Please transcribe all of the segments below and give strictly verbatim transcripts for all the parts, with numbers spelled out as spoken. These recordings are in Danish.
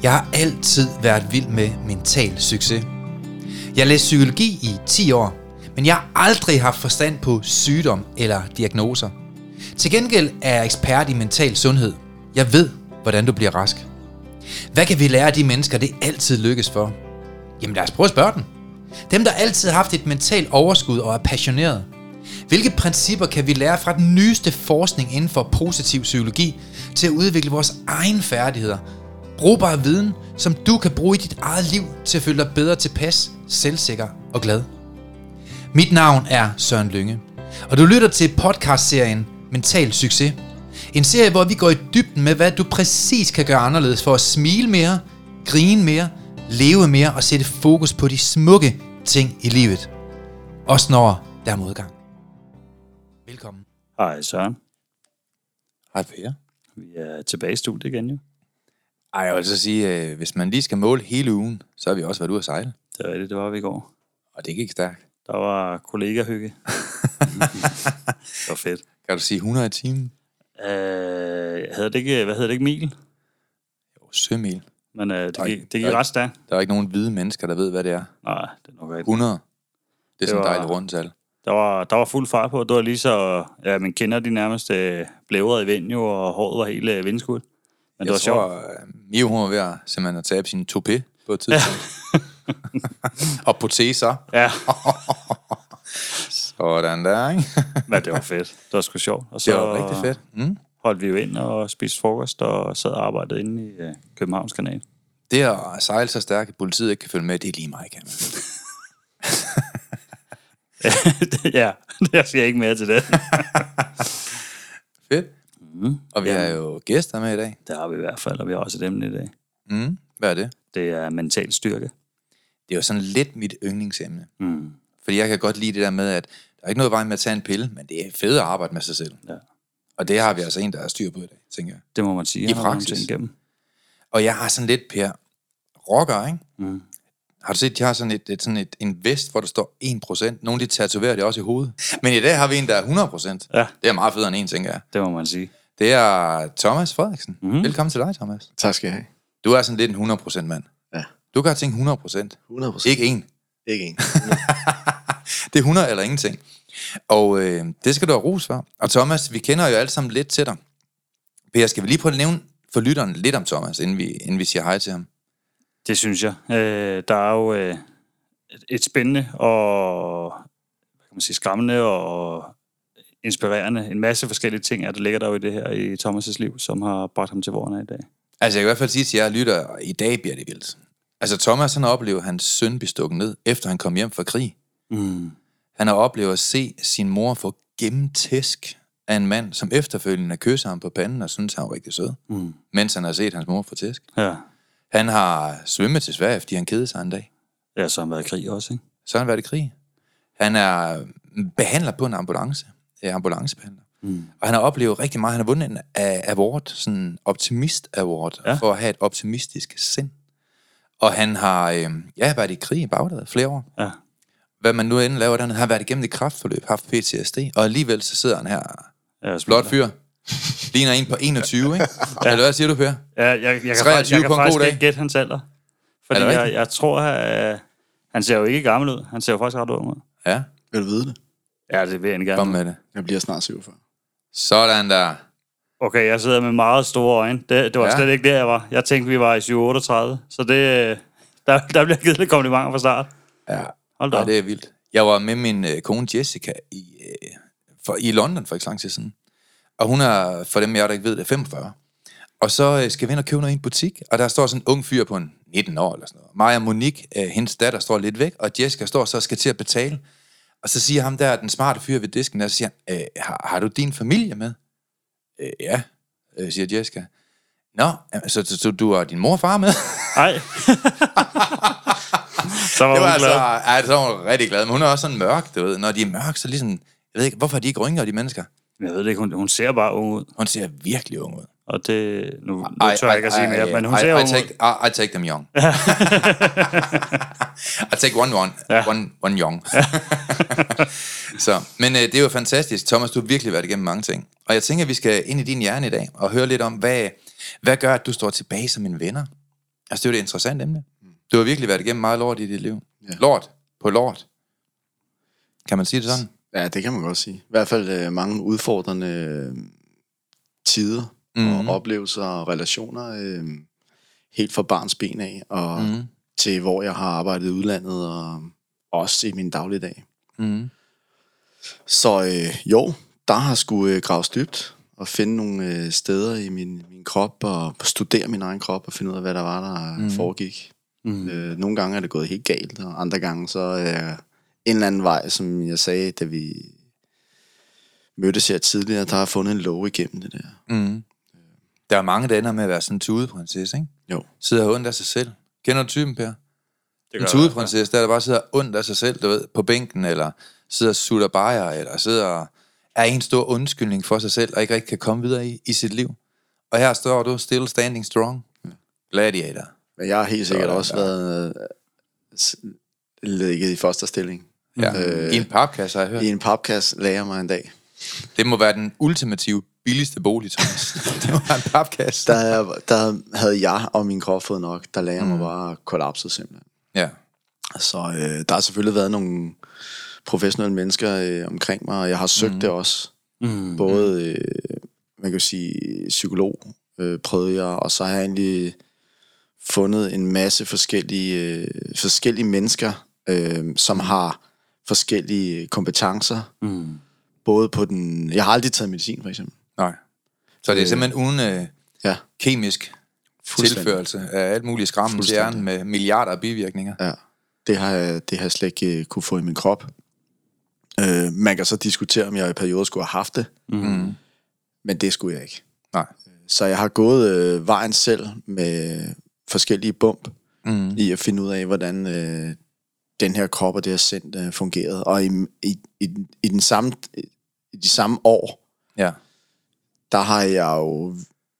Jeg har altid været vild med mental succes. Jeg læste psykologi i ti år, men jeg har aldrig haft forstand på sygdom eller diagnoser. Til gengæld er jeg ekspert i mental sundhed. Jeg ved, hvordan du bliver rask. Hvad kan vi lære af de mennesker, det altid lykkes for? Jamen lad os prøve at spørge dem. Dem, der altid har haft et mentalt overskud og er passioneret. Hvilke principper kan vi lære fra den nyeste forskning inden for positiv psykologi til at udvikle vores egne færdigheder? Brugbar viden, som du kan bruge i dit eget liv til at føle dig bedre tilpas, selvsikker og glad. Mit navn er Søren Lynge, og du lytter til podcastserien Mental Succes. En serie, hvor vi går i dybden med, hvad du præcis kan gøre anderledes for at smile mere, grine mere, leve mere og sætte fokus på de smukke ting i livet. Også når der er modgang. Velkommen. Hej Søren. Hej Per. Vi er tilbage i studiet igen jo. Ej, jeg vil så sige, at hvis man lige skal måle hele ugen, så har vi også været ude at sejle. Det er rigtigt, det var vi i går. Og det gik stærkt. Der var kollegahygge. Det var fedt. Kan du sige hundrede i timen? Øh, havde det ikke, hvad hedder det ikke, mil? Jo, sømil. Men øh, det, der gik, det gik der ret stærkt. Der er ikke nogen hvide mennesker, der ved, hvad det er. Nej, det er nok rigtigt. hundrede. Det er sådan et var- dejligt rundtal. Der var, der var fuld fart på. Det var lige så... Ja, man kender de nærmest øh, blævrede i vind jo, og håret var helt øh, vindskudt. Men det Jeg var sjovt. tror, at Mio hun var ved at, simpelthen at tabe sin toupé på et tidspunkt. Og proteser. Ja, Sådan der, ikke? men det var fedt. Det var sgu sjovt. Og så Det var rigtig fedt. Mm. holdt vi jo ind og spiste frokost og sad og arbejdede inde i øh, Københavns Kanal. Det at sejle så stærkt, at politiet ikke kan følge med, det er lige mig, kan man. Ja, jeg siger ikke mere til det. Fedt. Mm. Og vi har jo gæster med i dag. Det har vi i hvert fald, og vi har også et emne i dag. Mm. Hvad er det? Det er mental styrke. Det er jo sådan lidt mit yndlingsemne. Mm. Fordi jeg kan godt lide det der med, at der er ikke noget vej med at tage en pille, men det er fedt at arbejde med sig selv. Ja. Og det har vi altså en, der er styr på i dag, tænker jeg. Det må man sige. I Jeg har nogle praksis. ting igennem. Og jeg har sådan lidt, Per, rocker, ikke? Mm. Har du set, de har sådan, et, et, sådan et, en vest, hvor der står en procent. Nogle de tatoverer det også i hovedet. Men i dag har vi en, der er hundrede procent. Ja. Det er meget federe end en, tænker jeg. Det må man sige. Det er Thomas Frederiksen. Mhm. Velkommen til dig, Thomas. Tak skal jeg have. Du er sådan lidt en hundrede procent mand. Ja. Du kan tænke hundrede procent. hundrede procent. Ikke en. Ikke en. Det er hundrede eller ingenting. Og øh, det skal du have ros for. Og Thomas, vi kender jo alle sammen lidt til dig. Per, skal vi lige prøve at nævne for lytteren lidt om Thomas, inden vi, inden vi siger hej til ham? Det synes jeg. Øh, der er jo øh, et, et spændende og hvad kan man sige, skræmmende og inspirerende. En masse forskellige ting, er, der ligger der jo i det her i Thomas' liv, som har bragt ham til vorene i dag. Altså, jeg kan i hvert fald sige til jer lytter, i dag bliver det vildt. Altså, Thomas, han har oplevet hans søn blive stukket ned, efter han kom hjem fra krig. Mm. Han har oplevet at se sin mor få gennemtæsk af en mand, som efterfølgende kysser ham på panden og synes, han var rigtig sød, Mm. mens han har set hans mor få tæsk. Ja. Han har svømmet til Sverige, fordi han kedede sig en dag. Ja, så har han været i krig også, ikke? Så har han været i krig. Han er behandler på en ambulance. Ja, ambulancebehandler. Mm. Og han har oplevet rigtig meget. Han har vundet en uh, award, sådan en optimist award, Ja. for at have et optimistisk sind. Og han har øh, ja, været i krig i Bagdad flere år. Ja. Hvad man nu end laver, han har været igennem et kræftforløb, haft P T S D, og alligevel så sidder han her, Ja, flot fyr, ligner en på enogtyve, ikke? Ja. Eller hvad siger du, Per? Ja, jeg, jeg, jeg kan, treogtyve faktisk, jeg kan på en god faktisk dag. ikke gætte hans alder. Fordi Er det jeg, rigtigt? jeg tror, at han ser jo ikke gammel ud. Han ser jo faktisk ret ung ud. Ja, Vil du vide det? Ja, det vil jeg egentlig kom gerne. med det. Jeg bliver snart syvogfyrre. Sådan der. Okay, jeg sidder med meget store øjne. Det, det var Ja. ja. slet ikke der, jeg var. Jeg tænkte, vi var i syv otteogtredive. Så det, der, der bliver givet lidt komplimenter fra start. Ja, Hold da ja op. det er vildt. Jeg var med min øh, kone Jessica i, øh, for, i London for ikke så lang tid siden. Og hun er, for dem jeg der ikke ved det, femogfyrre. Og så øh, skal vi ind og købe noget i en butik, og der står sådan en ung fyr på en nitten år eller sådan noget. Maja Monique, øh, hendes datter, står lidt væk, og Jessica står så og skal til at betale. Og så siger ham der, den smarte fyr ved disken, der så siger han, øh, har, har du din familie med? Øh, ja, øh, siger Jessica. Nå, øh, så, så, så du har din mor og far med? Ej. Så var Det var hun altså, glad. ja, så var hun rigtig glad, men hun er også sådan mørk, du ved. Når de er mørk, så ligesom, jeg ved ikke, hvorfor er de ikke rynker, de mennesker? Jeg ved det ikke, hun, hun ser bare ung ud. Hun ser virkelig ung ud. Og det, nu, nu tør jeg ikke at sige mere, men hun I, ser I, ung I, ud. take, I, I take them young. I take one one, Ja. one, one young. Så, men øh, det er jo fantastisk. Thomas, du har virkelig været igennem mange ting. Og jeg tænker, at vi skal ind i din hjerne i dag og høre lidt om, hvad, hvad gør, at du står tilbage som en venner? Altså, det er jo det interessante emne. Du har virkelig været igennem meget lort i dit liv. Ja. Lort på lort. Kan man sige det sådan? Ja, det kan man godt sige. I hvert fald øh, mange udfordrende øh, tider Mhm. og oplevelser og relationer. Øh, helt fra barns ben af, og Mhm. til hvor jeg har arbejdet i udlandet, og også i min dagligdag. Mhm. Så øh, jo, der har sgu øh, graves dybt, og finde nogle øh, steder i min, min krop, og studere min egen krop, og finde ud af, hvad der var, der Mhm. mm. foregik. Mm. Øh, nogle gange er det gået helt galt, og andre gange så er øh, en eller anden vej, som jeg sagde, da vi mødtes her tidligere, der har jeg fundet en lov igennem det der. Mhm. Der er mange, der ender med at være sådan en tudeprinsesse, ikke? Jo. Sidder ondt af sig selv. Kender du typen, Per? Det En gør tudeprinsesse, der, der bare sidder ondt af sig selv, du ved, på bænken, eller sidder og sutter bajer, eller sidder og er en stor undskyldning for sig selv, og ikke rigtig kan komme videre i, i sit liv. Og her står du, still standing strong. Gladiator. Men jeg har helt sikkert Sådan også der. været øh, s- ligget i første stilling. Ja. Øh, I en papkasse, har jeg hørt. I en papkasse lærer mig en dag. Det må være den ultimative billigste bolig, Thomas. Det var en papkasse. Der, der havde jeg og min krop fået nok. Der lagde jeg mig bare kollapset simpelthen. Ja. Så øh, der har selvfølgelig været nogle professionelle mennesker øh, omkring mig, og jeg har søgt mm. det også. Mm. Både, øh, man kan jo sige, psykolog øh, prøvede jeg, og så har jeg egentlig fundet en masse forskellige, øh, forskellige mennesker, øh, som har forskellige kompetencer. Mm. Både på den... Jeg har aldrig taget medicin, for eksempel. Nej. Så det er simpelthen uden øh, Ja, kemisk fuldstændig. tilførelse af alt muligt skram til Fuldstændig. hjernen med milliarder af bivirkninger. Ja, det har jeg, det har jeg slet ikke uh, kunne få i min krop. Uh, man kan så diskutere, om jeg i perioder skulle have haft det, Mm. men det skulle jeg ikke. Nej. Så jeg har gået uh, vejen selv med forskellige bump Mm. i at finde ud af, hvordan uh, den her krop og det her sind uh, fungerede. Og i, i, i, i, den samme, i de samme år, Ja. der har jeg jo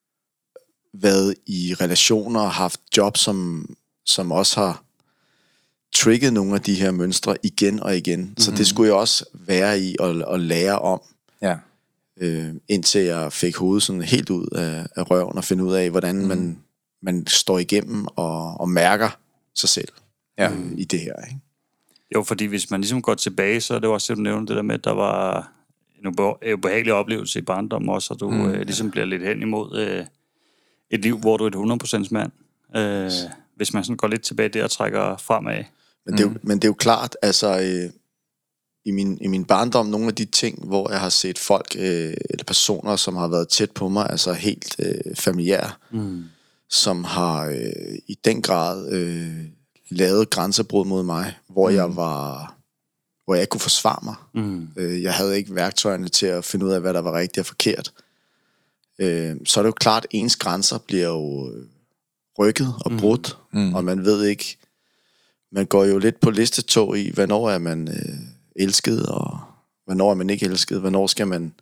været i relationer og haft job, som, som også har trigget nogle af de her mønstre igen og igen. Mm-hmm. Så det skulle jeg også være i og, og lære om, Ja. øh, indtil jeg fik hovedet sådan helt ud af, af røven og finde ud af, hvordan mm. man, man står igennem og, og mærker sig selv Ja. øh, i det her. Ikke? Jo, fordi hvis man ligesom går tilbage, så er det også det, du nævnte, det der med, at der var en ube- ubehagelig oplevelse i barndommen også, og du mm. øh, ligesom bliver lidt hen imod øh, et liv, hvor du er et hundrede procent mand. Øh, hvis man sådan går lidt tilbage der og trækker fremad. Men, det er jo, men det er jo klart, altså øh, i, min, i min barndom, nogle af de ting, hvor jeg har set folk, øh, eller personer, som har været tæt på mig, altså helt øh, familiære, Mm. som har øh, i den grad øh, lavet grænsebrud mod mig, hvor mm. jeg var, hvor jeg ikke kunne forsvare mig. Mm. Øh, jeg havde ikke værktøjerne til at finde ud af, hvad der var rigtigt og forkert. Øh, så er det jo klart, at ens grænser bliver jo øh, rykket og brudt, mm. og man ved ikke, man går jo lidt på listetog i, hvornår er man øh, elsket, og hvornår er man ikke elsket, hvornår skal man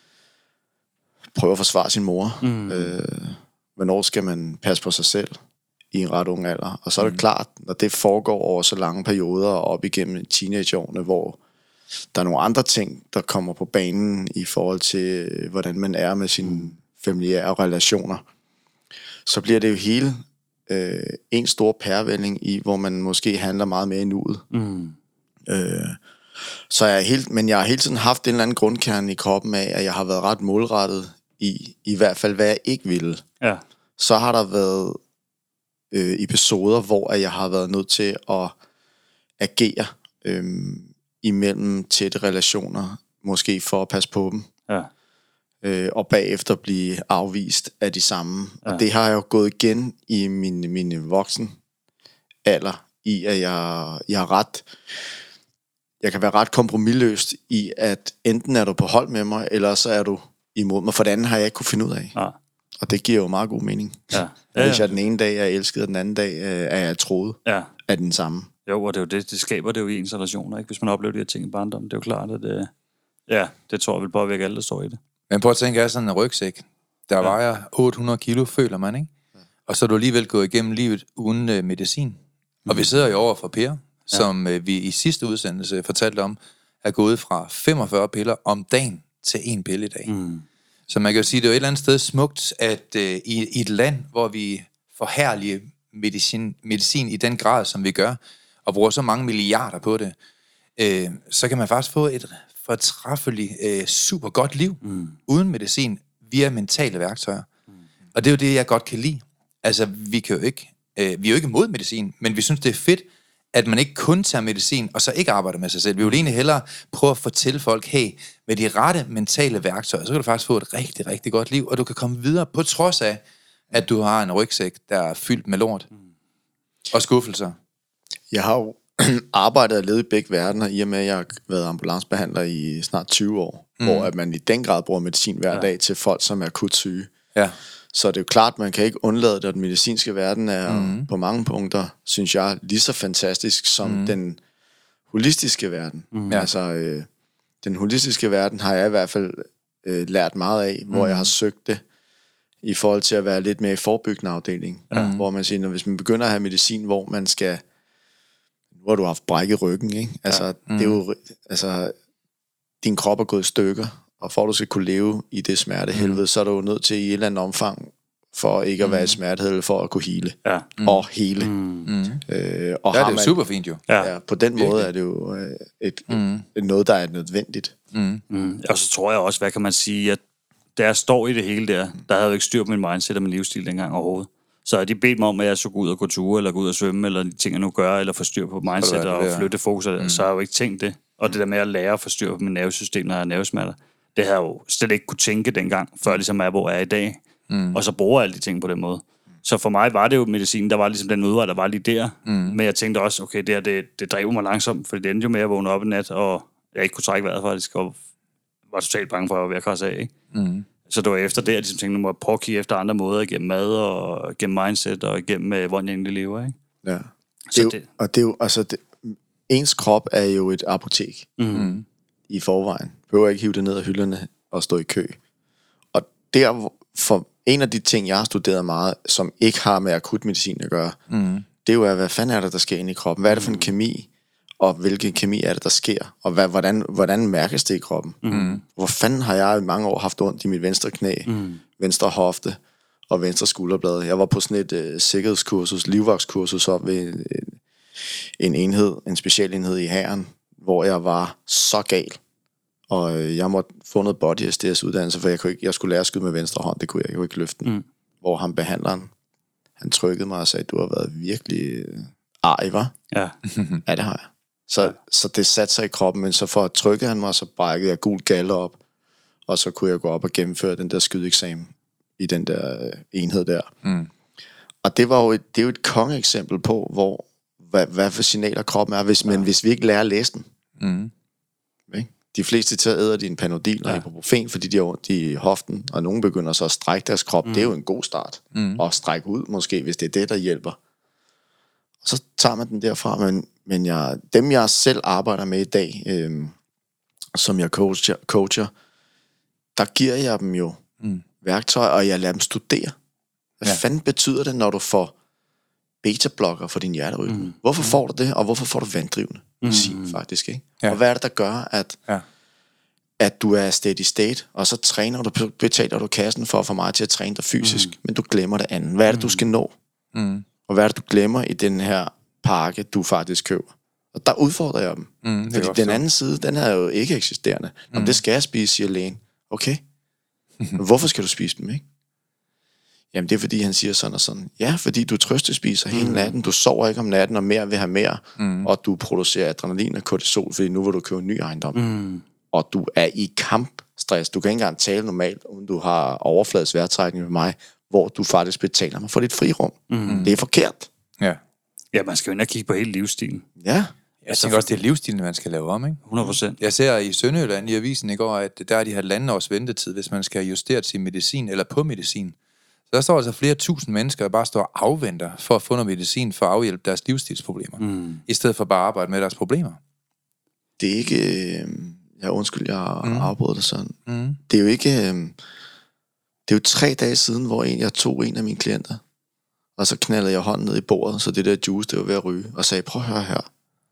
prøve at forsvare sin mor, mm. øh, hvornår skal man passe på sig selv i en ret ung alder. Og så er det mm. klart, når det foregår over så lange perioder og op igennem teenageårene, hvor der er nogle andre ting, der kommer på banen i forhold til, hvordan man er med sine familiære relationer, så bliver det jo hele øh, en stor pærevælling i, hvor man måske handler meget mere i nuet. Mm. Øh, så jeg er helt, men jeg har hele tiden haft en eller anden grundkerne i kroppen af, at jeg har været ret målrettet i, i hvert fald, hvad jeg ikke ville. Ja. Så har der været øh, episoder, hvor jeg har været nødt til at agere øh, imellem tætte relationer, måske for at passe på dem, Ja. øh, og bagefter blive afvist af de samme. Ja. Ja. Og det har jeg jo gået igen i min, min voksen alder, i at jeg, jeg er ret... Jeg kan være ret kompromisløst i, at enten er du på hold med mig, eller så er du imod mig. For det andet har jeg ikke kunne finde ud af. Ja. Og det giver jo meget god mening. Ja. Ja, Hvis Ja. jeg den ene dag er elsket, og den anden dag øh, er jeg troet Ja. af den samme. Jo, og det er jo det, det skaber det jo i ens relationer, ikke? Hvis man oplever de her ting i barndommen. Det er jo klart, at det, ja, det tror jeg vil påvirke alle, der står i det. Men prøv at tænke, er sådan en rygsæk, der ja. vejer otte hundrede kilo, føler man, ikke? Ja. Og så er du alligevel gået igennem livet uden øh, medicin. Mm. Og vi sidder jo over for Per, ja. som øh, vi i sidste udsendelse fortalte om, er gået fra femogfyrre piller om dagen til en pille i dag. Mm. Så man kan jo sige, det er jo et eller andet sted smukt, at øh, i, i et land, hvor vi forherliger medicin, medicin i den grad, som vi gør, og bruger så mange milliarder på det, øh, så kan man faktisk få et fortræffeligt, øh, super godt liv, mm. uden medicin, via mentale værktøjer. Mm. Og det er jo det, jeg godt kan lide. Altså, vi kan jo ikke, øh, vi er jo ikke imod medicin, men vi synes, det er fedt, at man ikke kun tager medicin, og så ikke arbejder med sig selv. Vi vil egentlig hellere prøve at fortælle folk, hey, med de rette mentale værktøjer, så kan du faktisk få et rigtig, rigtig godt liv, og du kan komme videre, på trods af, at du har en rygsæk, der er fyldt med lort og skuffelser. Jeg har jo arbejdet og levet i begge verdener, i og med, at jeg har været ambulancebehandler i snart tyve år, mm. hvor at man i den grad bruger medicin hver ja. dag til folk, som er akut syge. Ja. Så det er jo klart, man kan ikke undlade det, at den medicinske verden er mm. på mange punkter, synes jeg, lige så fantastisk som mm. den holistiske verden. Mm. Altså, øh, den holistiske verden har jeg i hvert fald øh, lært meget af, mm. hvor jeg har søgt det, i forhold til at være lidt mere i forebyggende afdeling. Mm. Hvor man siger, når hvis man begynder at have medicin, hvor man skal, nu har du haft brækket ryggen, ikke? Altså, ja. mm. det er jo, altså, din krop er gået i stykker, og for at du skal kunne leve i det smertehelvede, mm. så er du nødt til i et eller andet omfang, for ikke at være i smertehelvede, for at kunne hele. Ja. Mm. Og hele. Mm. Øh, og ja, det er jo super fint jo. Ja. Ja, på den Virkelig. måde er det jo et, et, mm. et noget, der er nødvendigt. Mm. Mm. Og så tror jeg også, hvad kan man sige, at da jeg står i det hele der, der havde jeg jo ikke styr på min mindset og min livsstil dengang overhovedet. Så har de bedt mig om, at jeg skulle gå ud og gå ture, eller gå ud og svømme, eller de ting, jeg nu gør, eller få styr på mindset og flytte fokus, mm. så har jeg jo ikke tænkt det. Og det der med at lære at få styr på mit nervesystem, når jeg har nervesmerter, det havde jeg jo slet ikke kunne tænke dengang, før ligesom jeg hvor jeg er i dag. Mm. Og så bruger jeg alle de ting på den måde. Så for mig var det jo medicin, der var ligesom den udvej, der var lige der. Mm. Men jeg tænkte også, okay, det her, det, det drev mig langsomt, for det endte jo med at vågne op i nat, og jeg ikke kunne trække vejret faktisk, og var totalt bange for at være krasse af, ikke? Mm. Så det var efter det, at jeg ligesom tænkte, nu må jeg prøve at kigge efter andre måder, igennem mad, og gennem mindset, og igennem, hvordan jeg egentlig lever, ikke? Ja. Så det er jo, det. Og det er jo, altså, det, ens krop er jo et apotek mm. i forvejen. Du behøver ikke hive det ned af hylderne og stå i kø. Og der, for en af de ting, jeg har studeret meget, som ikke har med akutmedicin at gøre, mm. det er jo, hvad fanden er der, der sker inde i kroppen? Hvad er det for en kemi? Og hvilken kemi er det, der sker? Og hvad, hvordan, hvordan mærkes det i kroppen? Mm. Hvor fanden har jeg i mange år haft ondt i mit venstre knæ, mm. venstre hofte og venstre skulderblad? Jeg var på sådan et uh, sikkerhedskursus, livvagtskursus op ved en, en enhed, en specialenhed i hæren, hvor jeg var så gal. Og øh, jeg måtte få noget body S D S uddannelse, for jeg, kunne ikke, jeg skulle lære at skyde med venstre hånd, det kunne jeg, jeg kunne ikke løfte den. Mm. Hvor ham behandleren, han trykkede mig og sagde, du har været virkelig øh, arg, hva'? Ja. Ja, det har jeg. Så, ja. så det satte sig i kroppen, men så for at trykke han mig, så brækkede jeg gul galle op, og så kunne jeg gå op og gennemføre den der skydeeksamen i den der øh, enhed der. Mm. Og det var jo et, det er jo et kongeeksempel på, hvor, hvad, hvad for signaler kroppen er, hvis, ja. men hvis vi ikke lærer at læse den. Mm. Okay? De fleste til at æder de en Panodil og ja. ibuprofen, fordi de har ondt i hoften, og nogen begynder så at strække deres krop. Mm. Det er jo en god start. Mm. Og strække ud måske, hvis det er det, der hjælper. Og så tager man den derfra, men, men jeg, dem jeg selv arbejder med i dag, øh, som jeg coacher, coacher, der giver jeg dem jo mm. værktøj, og jeg lader dem studere. Hvad ja. fanden betyder det, når du får beta-blokker for din hjerterytme? Mm. Hvorfor mm. får du det, og hvorfor får du vanddrivende medicin, mm. faktisk, ikke? Ja. Og hvad er det, der gør, at, ja. at du er steady state, og så træner du, betaler du kassen for at få mig til at træne dig fysisk, mm. men du glemmer det andet. Hvad er det, du skal nå? Mm. Og hvad er det, du glemmer i den her pakke, du faktisk køber? Og der udfordrer jeg dem. Mm, fordi den anden side, den er jo ikke eksisterende. Mm. Om det skal jeg spise, siger lægen. Okay. Hvorfor skal du spise dem, ikke? Jamen, det er fordi, han siger sådan og sådan. Ja, fordi du trøstespiser mm. hele natten, du sover ikke om natten, og mere vil have mere, mm. og du producerer adrenalin og kortisol, fordi nu vil du købe en ny ejendom. Mm. Og du er i kampstress. Du kan ikke engang tale normalt, uden du har overfladisk vejrtrækning med mig, hvor du faktisk betaler mig for dit frirum. Mm. Det er forkert. Ja. Ja, man skal jo ind og kigge på hele livsstilen. Ja. Jeg tænker også, det er livsstilen, man skal lave om, ikke? hundrede procent. Jeg ser i Sønderjylland i avisen i går, at der er de her halvanden års ventetid, hvis man skal justere sin medicin, eller på medicin. Så der står altså flere tusind mennesker, der bare står og afventer for at få noget medicin, for at afhjælpe deres livsstilsproblemer, mm. i stedet for bare at arbejde med deres problemer. Det er ikke... Jeg undskyld, jeg har mm. afbrudt det sådan. Mm. Det er jo ikke... Det er jo tre dage siden, hvor en, jeg tog en af mine klienter, og så knaldede jeg hånden ned i bordet, så det der juice, det var ved at ryge, og sagde, prøv at høre her.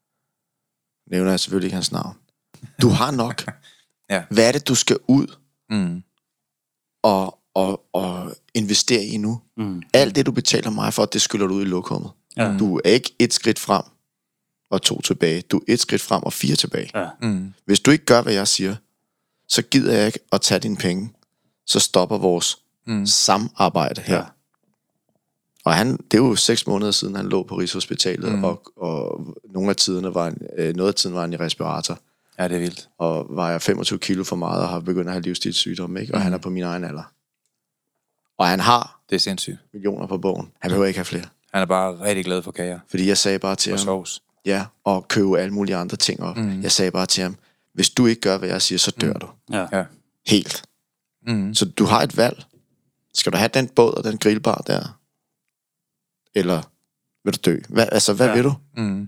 Nævner jeg selvfølgelig ikke hans navn. Du har nok. Ja. Hvad er det, du skal ud mm. og, og, og investere i nu. Mm. Alt det, du betaler mig for, det skylder du ud i lokummet. Ja. Du er ikke et skridt frem og to tilbage. Du er et skridt frem og fire tilbage. Ja. Mm. Hvis du ikke gør, hvad jeg siger, så gider jeg ikke at tage dine penge. Så stopper vores mm. samarbejde her. Ja. Og han, det er jo seks måneder siden, han lå på Rigshospitalet, mm. og, og nogle af tiderne var han, øh, noget af tiden var han i respirator. Ja, det er vildt. Og vejer femogtyve kilo for meget, og har begyndt at have livsstilssygdom, ikke? Og mm. han er på min egen alder. Og han har det er sindssygt. millioner på bogen. Han behøver ikke have flere. Han er bare rigtig glad for kager. Fordi jeg sagde bare til og ham... sovs. Ja, og købe alle mulige andre ting op. Mm. Jeg sagde bare til ham, hvis du ikke gør, hvad jeg siger, så dør mm. du. Ja. Ja. Helt. Mm. Så du har et valg. Skal du have den båd og den grillbar der? Eller vil du dø? Hvad, altså, hvad ja. vil du? Mm.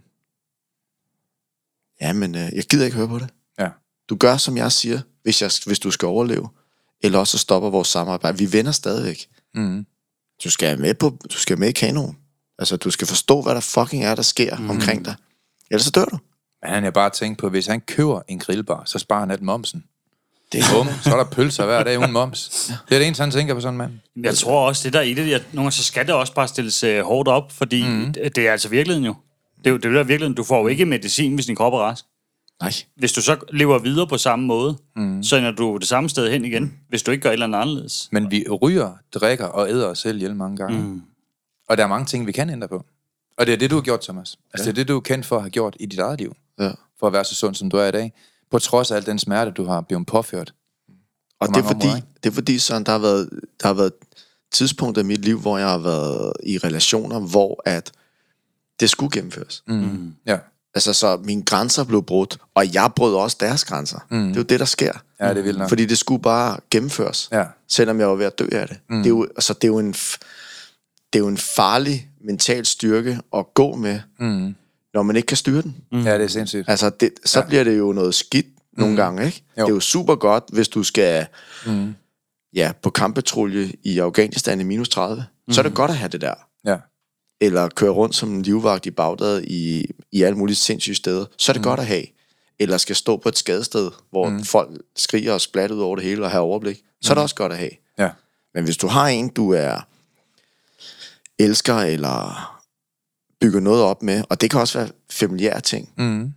Jamen, øh, jeg gider ikke høre på det. Ja. Du gør, som jeg siger, hvis, jeg, hvis du skal overleve. Eller også så stopper vores samarbejde. Vi vender stadigvæk. Mm. Du skal med på, du skal med i kanonen. Altså, du skal forstå, hvad der fucking er, der sker mm. omkring dig. Ellers så dør du. Men han har bare tænkt på, hvis han køber en grillbar, så sparer han alt momsen. Det er bum, så er der pølser hver dag uden moms. Ja. Det er det eneste, han tænker på sådan en mand. Jeg tror også, det der i det, jeg, nogle gange så skal det også bare stilles uh, hårdt op, fordi mm. det, det er altså virkeligheden jo. Det er jo det der virkeligheden. Du får jo ikke medicin, hvis din krop er rask. Nej. Hvis du så lever videre på samme måde, mm. så ender du det samme sted hen igen, hvis du ikke gør et eller andet anderledes. Men vi ryger, drikker og æder os selv ihjel mange gange. Mm. Og der er mange ting, vi kan ændre på. Og det er det, du har gjort, Thomas. Altså, ja. det er det, du er kendt for at have gjort i dit eget liv. Ja. For at være så sund, som du er i dag. På trods af al den smerte, du har blevet påført. Og det er, fordi, områder, det er fordi, sådan, der har været, der har været tidspunkter i mit liv, hvor jeg har været i relationer, hvor at det skulle gennemføres. Mm. Ja. Altså, så mine grænser blev brudt, og jeg brød også deres grænser. Mm. Det er jo det, der sker. Ja, det er vildt nok. Fordi det skulle bare gennemføres, ja. selvom jeg var ved at dø af det. Mm. Det er jo, altså, det er jo en, det er jo en farlig mental styrke at gå med, mm. når man ikke kan styre den. Mm. Ja, det er sindssygt. Altså, det, så ja. bliver det jo noget skidt nogle mm. gange, ikke? Jo. Det er jo super godt, hvis du skal mm. ja, på kamppatrulje i Afghanistan i minus tredive. Mm. Så er det godt at have det der. Ja. Eller køre rundt som en livvagt i Bagdad i, i alle mulige sindssyge steder. Så er det mm. godt at have. Eller skal stå på et skadested, hvor mm. folk skriger og splatter ud over det hele og have overblik. Så mm. er det også godt at have. Ja. Men hvis du har en, du er elsker eller bygger noget op med, og det kan også være familiære ting, mm.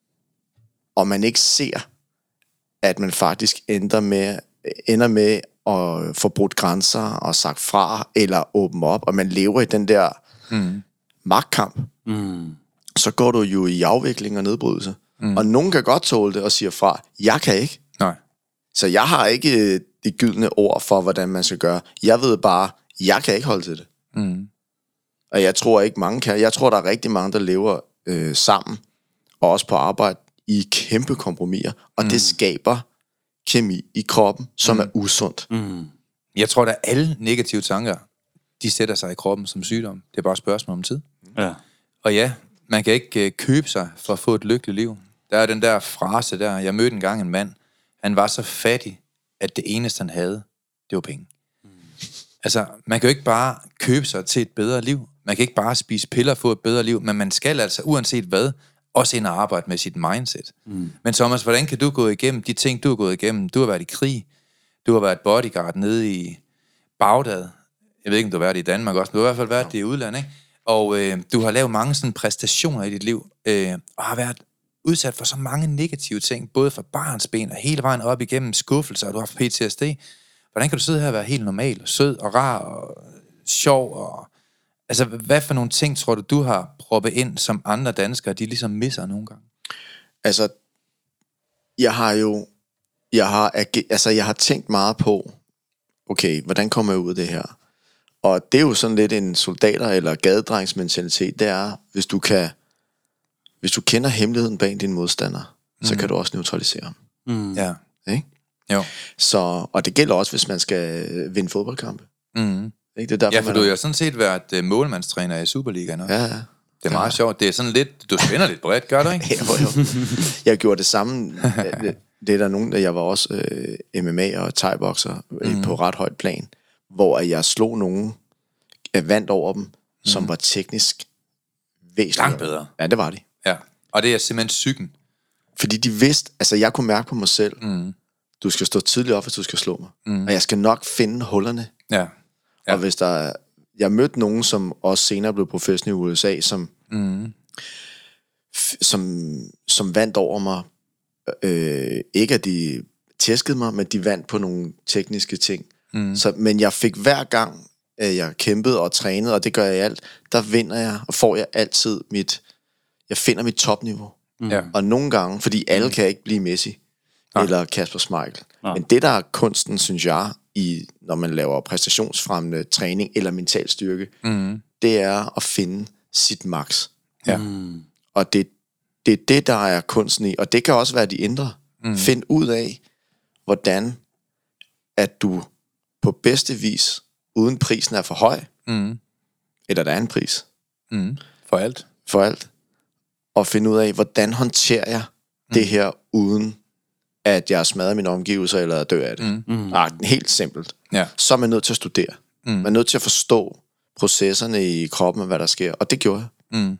og man ikke ser, at man faktisk ender med, ender med at få brudt grænser og sagt fra, eller åbne op, og man lever i den der mm. magtkamp, mm. så går du jo i afvikling og nedbrydelse. Mm. Og nogen kan godt tåle det og siger fra, jeg kan ikke. Nej. Så jeg har ikke de gyldne ord for, hvordan man skal gøre. Jeg ved bare, jeg kan ikke holde til det. Mm. Og jeg tror ikke mange kan. Jeg tror, der er rigtig mange, der lever øh, sammen, og også på arbejde, i kæmpe kompromiser, og mm. det skaber kemi i kroppen, som mm. er usundt. Mm. Jeg tror, at alle negative tanker, de sætter sig i kroppen som sygdom. Det er bare et spørgsmål om tid. Ja. Og ja, man kan ikke øh, købe sig for at få et lykkeligt liv. Der er den der frase der, jeg mødte engang en mand, han var så fattig, at det eneste han havde, det var penge. Mm. Altså, man kan jo ikke bare købe sig til et bedre liv. Man kan ikke bare spise piller og få et bedre liv, men man skal altså, uanset hvad, også ind og arbejde med sit mindset. Mm. Men Thomas, hvordan kan du gå igennem de ting, du har gået igennem? Du har været i krig, du har været bodyguard nede i Bagdad. Jeg ved ikke, om du har været i Danmark også, men du har i hvert fald været ja. i udlandet, ikke? Og øh, du har lavet mange sådan præstationer i dit liv, øh, og har været udsat for så mange negative ting, både fra barnsben og hele vejen op igennem skuffelser, og du har haft P T S D. Hvordan kan du sidde her og være helt normal, og sød og rar og sjov? Og altså, hvad for nogle ting tror du, du har proppet ind, som andre danskere, de ligesom misser nogle gange? Altså, jeg har jo, jeg har, altså, jeg har tænkt meget på, okay, hvordan kommer jeg ud af det her? Og det er jo sådan lidt en soldater- eller gadedrengsmentalitet, det er, hvis du kan, hvis du kender hemmeligheden bag din modstander, mm. så kan du også neutralisere ham. Mm. Ja. Ikke? Jo. Så, og det gælder også, hvis man skal vinde fodboldkampe. Mm. Ikke? Det er derfor, ja, for du har jo sådan set været uh, målmandstræner i Superligaen også. Ja, ja. Det er meget ja. sjovt. Det er sådan lidt, du spænder lidt bredt, gør du ikke? jo, jo. Jeg gjorde det samme. Det, det er der nogen, der jeg var også øh, M M A og thai-bokser mm. på ret højt plan, hvor jeg slog nogen, jeg vandt over dem, mm. som var teknisk væsentligt. Langt bedre. Ja, det var de. Ja, og det er simpelthen psyken. Fordi de vidste, altså jeg kunne mærke på mig selv, mm. du skal stå tidligt op, hvis du skal slå mig. Mm. Og jeg skal nok finde hullerne. Ja. Ja. Og hvis der er, jeg mødte nogen, som også senere blev professionelle i U S A, som, Mm. f- som, som vandt over mig. Øh, ikke at de tæskede mig, men de vandt på nogle tekniske ting. Mm. Så, men jeg fik hver gang, at jeg kæmpede og trænede, og det gør jeg i alt, der vinder jeg, og får jeg altid mit, jeg finder mit topniveau. Ja. Og nogle gange, fordi alle kan ikke blive Messi, Nej. eller Kasper Schmeichel. Nej. Men det, der er kunsten, synes jeg, i, når man laver præstationsfremmende træning eller mental styrke, Mm. det er at finde sit max. Ja. Mm. Og det, det er det, der er kunsten i. Og det kan også være de indre. Mm. Find ud af, hvordan at du på bedste vis, uden prisen er for høj, Mm. eller der er en pris Mm. For alt. for alt, og finde ud af, hvordan håndterer jeg mm. det her, uden at jeg smadrer mine omgivelser, eller dør af det. Mm. Mm. Ah, helt simpelt. Ja. Så er man nødt til at studere. Mm. Man er nødt til at forstå processerne i kroppen, og hvad der sker. Og det gjorde jeg. Mm.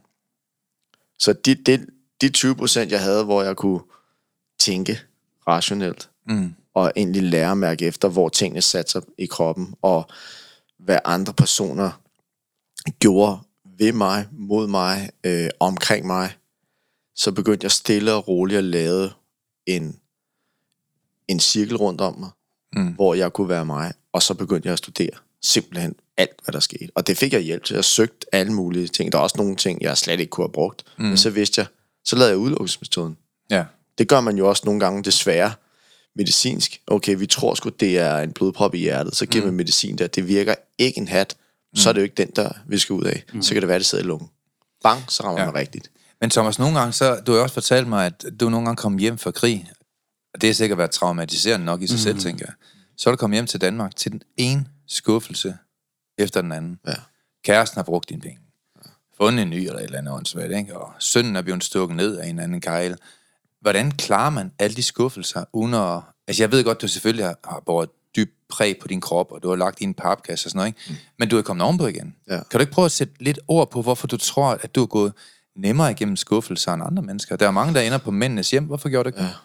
Så de, de, de tyve procent, jeg havde, hvor jeg kunne tænke rationelt, Mm. og egentlig lære at mærke efter, hvor tingene satte sig i kroppen, og hvad andre personer gjorde ved mig, mod mig, øh, omkring mig, så begyndte jeg stille og roligt at lave en, en cirkel rundt om mig, Mm. hvor jeg kunne være mig, og så begyndte jeg at studere simpelthen alt, hvad der skete. Og det fik jeg hjælp til. Jeg søgte alle mulige ting. Der er også nogle ting, jeg slet ikke kunne have brugt. Mm. Men så vidste jeg, så lavede jeg udelukkelsesmetoden. Ja. Det gør man jo også nogle gange desværre medicinsk. Okay, vi tror sgu, det er en blodprop i hjertet, så giver mm. man medicin der. Det virker ikke en hat, mm. så er det jo ikke den, der vi skal ud af. Mm. Så kan det være, det sidder i lungen. Bang, så rammer Ja. man rigtigt. Men Thomas, nogle gange så, du har jo også fortalt mig, at du nogle gange kom hjem fra krig, og det har sikkert været traumatiserende nok i sig mm. selv, tænker jeg. Så er du kommet hjem til Danmark til den ene skuffelse efter den anden. Ja. Kæresten har brugt dine penge. Fundet en ny eller et eller andet åndssvagt, ikke? Og sønnen er blevet stukket ned af en anden kejl. Hvordan klarer man alle de skuffelser, uden at... Altså, jeg ved godt, du selvfølgelig har, har båret dyb præg på din krop, og du har lagt i en papkasse og sådan noget, ikke? Mm. Men du er kommet ovenpå igen. Ja. Kan du ikke prøve at sætte lidt ord på, hvorfor du tror, at du er gået nemmere igennem skuffelser end andre mennesker? Der er mange, der ender på mændenes hjem. Hvorfor gjorde du ikke det? Ja.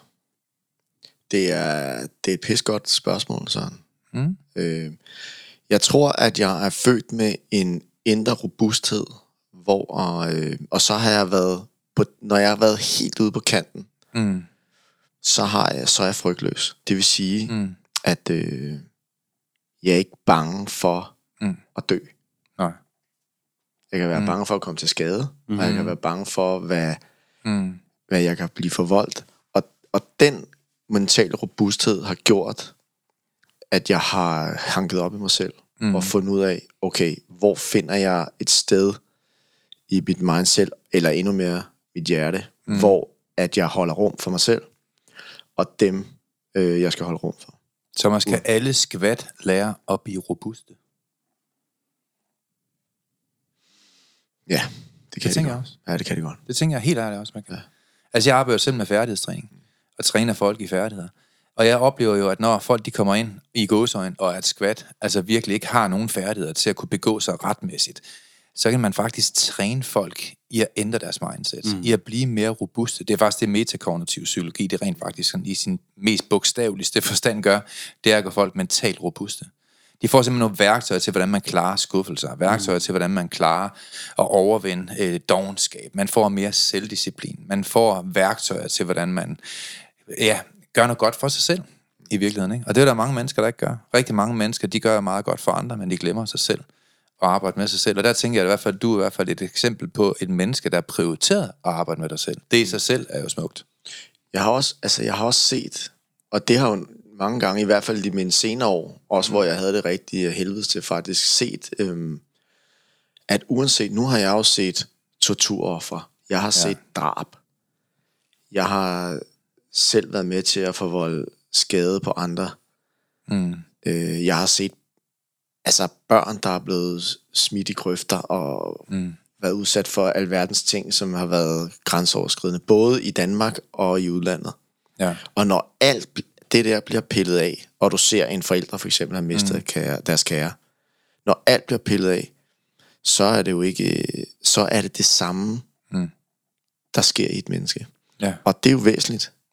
Det er, det er et pissegodt spørgsmål, sådan. Mm. Øh, jeg tror, at jeg er født med en indre robusthed, hvor, øh, og så har jeg været, på, når jeg har været helt ude på kanten, Mm. så, har jeg, så er jeg frygtløs. Det vil sige, Mm. at øh, jeg er ikke bange for Mm. at dø. Nej. Jeg kan være Mm. mm. bange for at komme til skade, mm. og jeg kan være bange for, hvad, Mm. hvad jeg kan blive forvoldt. Og, og den mentale robusthed har gjort, at jeg har hanket op i mig selv, Mm. mm. og fundet ud af, okay, hvor finder jeg et sted i mit mindset, eller endnu mere mit hjerte, mm. hvor at jeg holder rum for mig selv, og dem, øh, jeg skal holde rum for. Thomas, kan alle skvat lære at blive robuste? Ja, det kan Det tænker de jeg godt. også. Ja, det kan de godt. Det tænker jeg helt ærligt også, man kan. Ja. Altså, jeg arbejder selv med færdighedstræning, og træner folk i færdigheder. Og jeg oplever jo, at når folk de kommer ind i gåseøjne, og at skvat altså virkelig ikke har nogen færdigheder til at kunne begå sig retmæssigt, så kan man faktisk træne folk i at ændre deres mindset, mm. i at blive mere robuste. Det er faktisk det metakognitiv psykologi, det rent faktisk sådan, i sin mest bogstaveligste forstand gør, det er at gøre folk mentalt robuste. De får simpelthen nogle værktøjer til, hvordan man klarer skuffelser, værktøjer mm. til, hvordan man klarer at overvinde øh, dovenskab. Man får mere selvdisciplin. Man får værktøjer til, hvordan man ja, gør noget godt for sig selv i virkeligheden. Ikke? Og det er der mange mennesker, der ikke gør. Rigtig mange mennesker, de gør meget godt for andre, men de glemmer sig selv og arbejde med sig selv. Og der tænker jeg i hvert fald, du er i hvert fald et eksempel på et menneske, der er prioriteret at arbejde med dig selv. Det i sig selv er jo smukt. Jeg har også, altså jeg har også set, og det har jo mange gange, i hvert fald i mine senere år, også mm. hvor jeg havde det rigtige helvedes til faktisk, set, øhm, at uanset, nu har jeg også set torturoffer, jeg har ja. set drab, jeg har selv været med til at forvolde skade på andre, Mm. øh, jeg har set altså børn, der er blevet smidt i grøfter og Mm. været udsat for alverdens ting, som har været grænseoverskridende, både i Danmark og i udlandet. Ja. Og når alt det der bliver pillet af, og du ser en forælder for eksempel har mistet mm. kære, deres kære, når alt bliver pillet af, så er det jo ikke, så er det det samme, Mm. der sker i et menneske. Ja. Og det er jo væsentligt.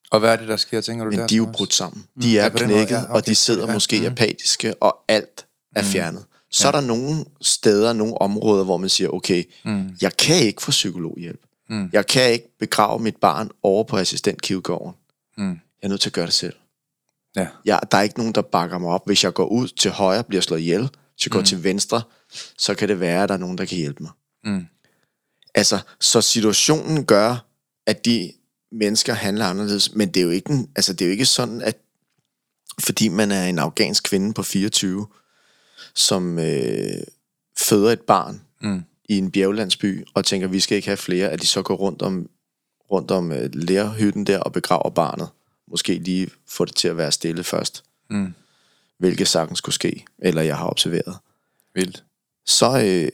Og hvad er det, der sker, tænker du Men der? de er jo Thomas? brudt sammen. Mm. De er Ja, på den knækket, måde, ja, okay. og de sidder Ja. måske Mm. apatiske, og alt er Mm. fjernet. Så Ja. er der nogle steder, nogle områder, hvor man siger, okay, Mm. jeg kan ikke få psykologhjælp. Mm. Jeg kan ikke begrave mit barn over på assistentkirkegården. Mm. Jeg er nødt til at gøre det selv. Ja. Jeg, der er ikke nogen, der bakker mig op. Hvis jeg går ud til højre, bliver slået ihjel. Hvis jeg går Mm. til venstre, så kan det være, at der er nogen, der kan hjælpe mig. Mm. Altså, så situationen gør, at de mennesker handler anderledes, men det er jo ikke, en, altså, det er jo ikke sådan, at fordi man er en afghansk kvinde på fireogtyve, som øh, føder et barn Mm. i en bjerglandsby, og tænker, vi skal ikke have flere, at de så går rundt om, rundt om øh, lærhytten der og begraver barnet. Måske lige få det til at være stille først. Mm. Hvilket sagtens skulle ske, eller jeg har observeret. Vildt. Så, øh,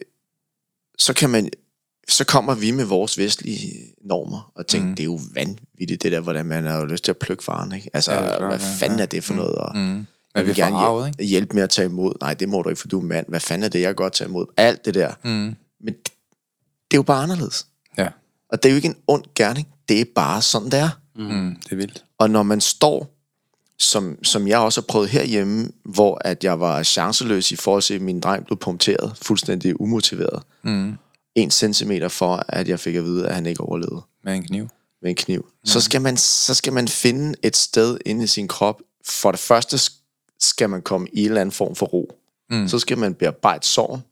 så kan man så kommer vi med vores vestlige normer og tænker, Mm. mm. det er jo vanvittigt det der, hvordan man har jo lyst til at plukke faren, ikke? Altså, Ja, ja, det er klart, hvad ja, fanden ja. er det for noget? Og Mm. jeg Men vi vil er gerne forarvet, hjælpe, ikke? hjælpe med at tage imod. Nej, det må du ikke, for du er mand. Hvad fanden er det, jeg kan godt tage imod? Alt det der. Mm. Men det, det er jo bare anderledes. Ja. Og det er jo ikke en ond gerning. Det er bare sådan, det er. Mm. Det er vildt. Og når man står, som, som jeg også har prøvet herhjemme, hvor at jeg var chanceløs i forhold til, at min dreng blev punkteret, fuldstændig umotiveret. Mm. En centimeter for, at jeg fik at vide, at han ikke overlevede Med en kniv. med en kniv. Mm. Så, skal man, så skal man finde et sted inde i sin krop. For det første skal man komme i en eller anden form for ro. Mm. Så skal man bearbejde sorgen.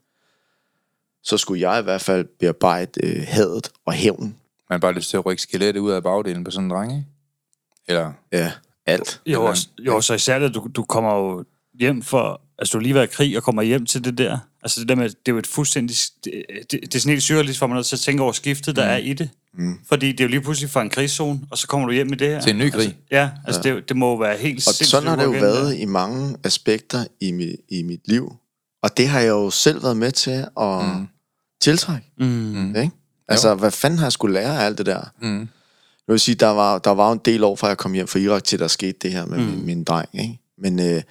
Så skulle jeg i hvert fald bearbejde øh, hadet og hævnen. Man har bare lyst til at rykke skelettet ud af bagdelen på sådan en dreng, ikke? Eller... Ja, alt. Jo, også, jo, så især det, du, du kommer jo hjem for... Altså, du har lige været i krig og kommer hjem til det der. Altså, det der med, det er jo et fuldstændig... Det, det, det er sådan helt syrligt, for man er nødt til at tænke over skiftet, der mm. er i det. Mm. Fordi det er jo lige pludselig fra en krigszone, og så kommer du hjem med det her. Til en ny krig. Altså, ja, altså ja. Det, det må jo være helt Og sindssygt. sådan har det jo igen, været der. i mange aspekter i, mi, i mit liv. Og det har jeg jo selv været med til at mm. tiltrække. Mm. Mm. Ikke? Altså, hvad fanden har jeg skulle lære af alt det der? Mm. Jeg vil sige, der var, der var en del år, fra jeg kom hjem fra Irak, til der skete det her med mm. min, min dreng. Ikke? Men, øh,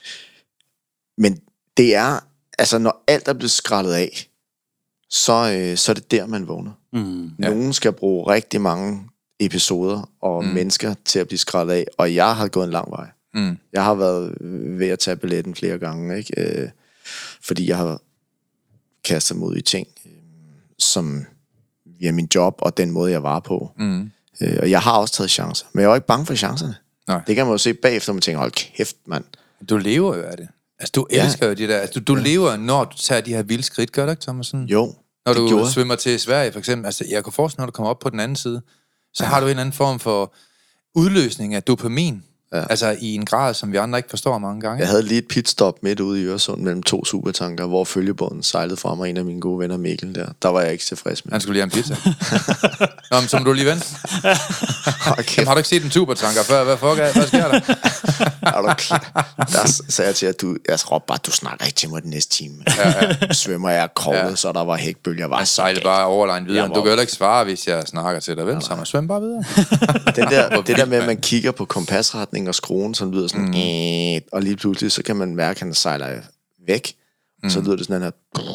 men det er, altså når alt er blevet skrællet af, så, øh, så er det der, man vågner. Mm. Ja. Nogen skal bruge rigtig mange episoder og Mm. mm. mennesker til at blive skrællet af, og jeg har gået en lang vej. Mm. Jeg har været ved at tage billetten flere gange, ikke? Øh, fordi jeg har kastet mig ud i ting, øh, som via min job og den måde, jeg var på. Mm. Øh, og jeg har også taget chancer, men jeg var ikke bange for chancerne. Nej. Det kan man jo se bagefter, man tænker, hold kæft, mand. Du lever jo af det. Altså, du Ja. elsker jo det der. Altså, du, du lever, når du tager de her vilde skridt, gør du ikke, Thomas? Sådan? Jo, Når det du gjorde jeg. svømmer til Sverige, for eksempel. Altså, jeg kan forestille, når du kommer op på den anden side, så har du en eller anden form for udløsning af dopamin. Ja. Altså, i en grad, som vi andre ikke forstår mange gange. Jeg havde lige et pitstop midt ude i Øresund mellem to supertanker, hvor følgebåden sejlede fra mig, en af mine gode venner, Mikkel, der. Der var jeg ikke tilfreds med. Han skulle lige have en pizza. Nå, men så må du lige vente. Hold Jamen, har du ikke set en supertanker før? Hvad fuck er, hvad sker der? Er du klar? Der sagde jeg til, at du, jeg råbte bare, du snakker ikke til mig den næste time. Ja, ja. Svømmer jeg krovlet, ja. Så der var hækbølger. Jeg var Jeg sejler bare overline videre. Jeg Du må- kan jo ikke svare, hvis jeg snakker til dig, vel? Så man svøm bare videre. Den der, Hvor det der med, vildt, at man kigger på kompasretning og skruen, som lyder sådan, mm. øh, og lige pludselig, så kan man mærke, at han sejler væk. Mm. Så lyder det sådan her,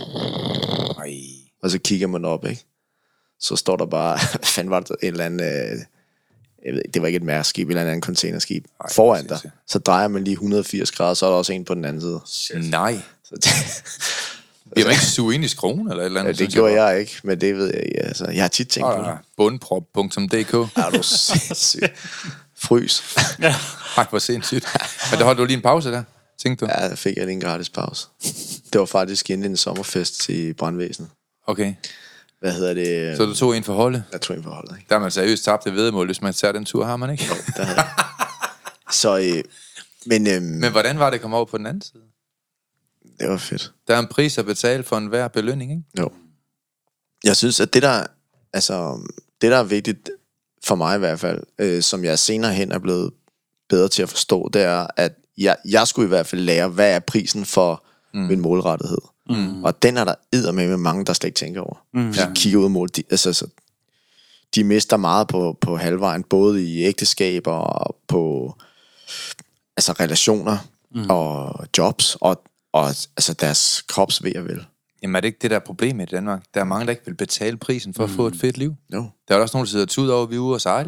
Ej. og så kigger man op, ikke? Så står der bare, hvad fanden var det, en eller anden, øh, jeg ved ikke, det var ikke et mærskib, eller en anden containerskib, Ej, foran dig. præcis, ja. Så drejer man lige et hundrede og firs grader, så er der også en på den anden side. Nej. Så det, Bliver man ikke suge ind i skruen, eller et eller ja, andet? det gjorde jeg ikke, men det ved jeg ikke. Altså, jeg har tit tænkt på det. Bundprop punktum d k. Er du sindssygt? Frys. Ej, hvor sindssygt. Men der holdt du lige en pause der, tænkte du? Ja, der fik jeg lige en gratis pause. Det var faktisk inden en sommerfest til brandvæsenet. Okay. Hvad hedder det? Så du tog en for holdet? Jeg tog en for holdet, ikke? Der har man seriøst tabt det vedmål, hvis man tager den tur, har man ikke? Der havde jeg. Så, øh, men, øh, Men hvordan var det at komme over på den anden side? det var fedt. Der er en pris at betale for enhver belønning, ikke? Jo. Jeg synes, at det der, altså, det der er vigtigt for mig i hvert fald, øh, som jeg senere hen er blevet bedre til at forstå, det er, at jeg, jeg skulle i hvert fald lære, hvad er prisen for mm. min målrettighed. Mm. Og den er der eddermame med mange, der slet ikke tænker over. Mm. Hvis de kigger ud af mål, de, altså, så, de mister meget på, på halvvejen, både i ægteskaber og på altså, relationer mm. og jobs, og, og altså, deres krops ved og vel. Jamen er det ikke det, der er problemet i Danmark? Der er mange, der ikke vil betale prisen for at få et fedt liv. Jo. Der er også nogen, der sidder tud over, vi er ude og sejle i går.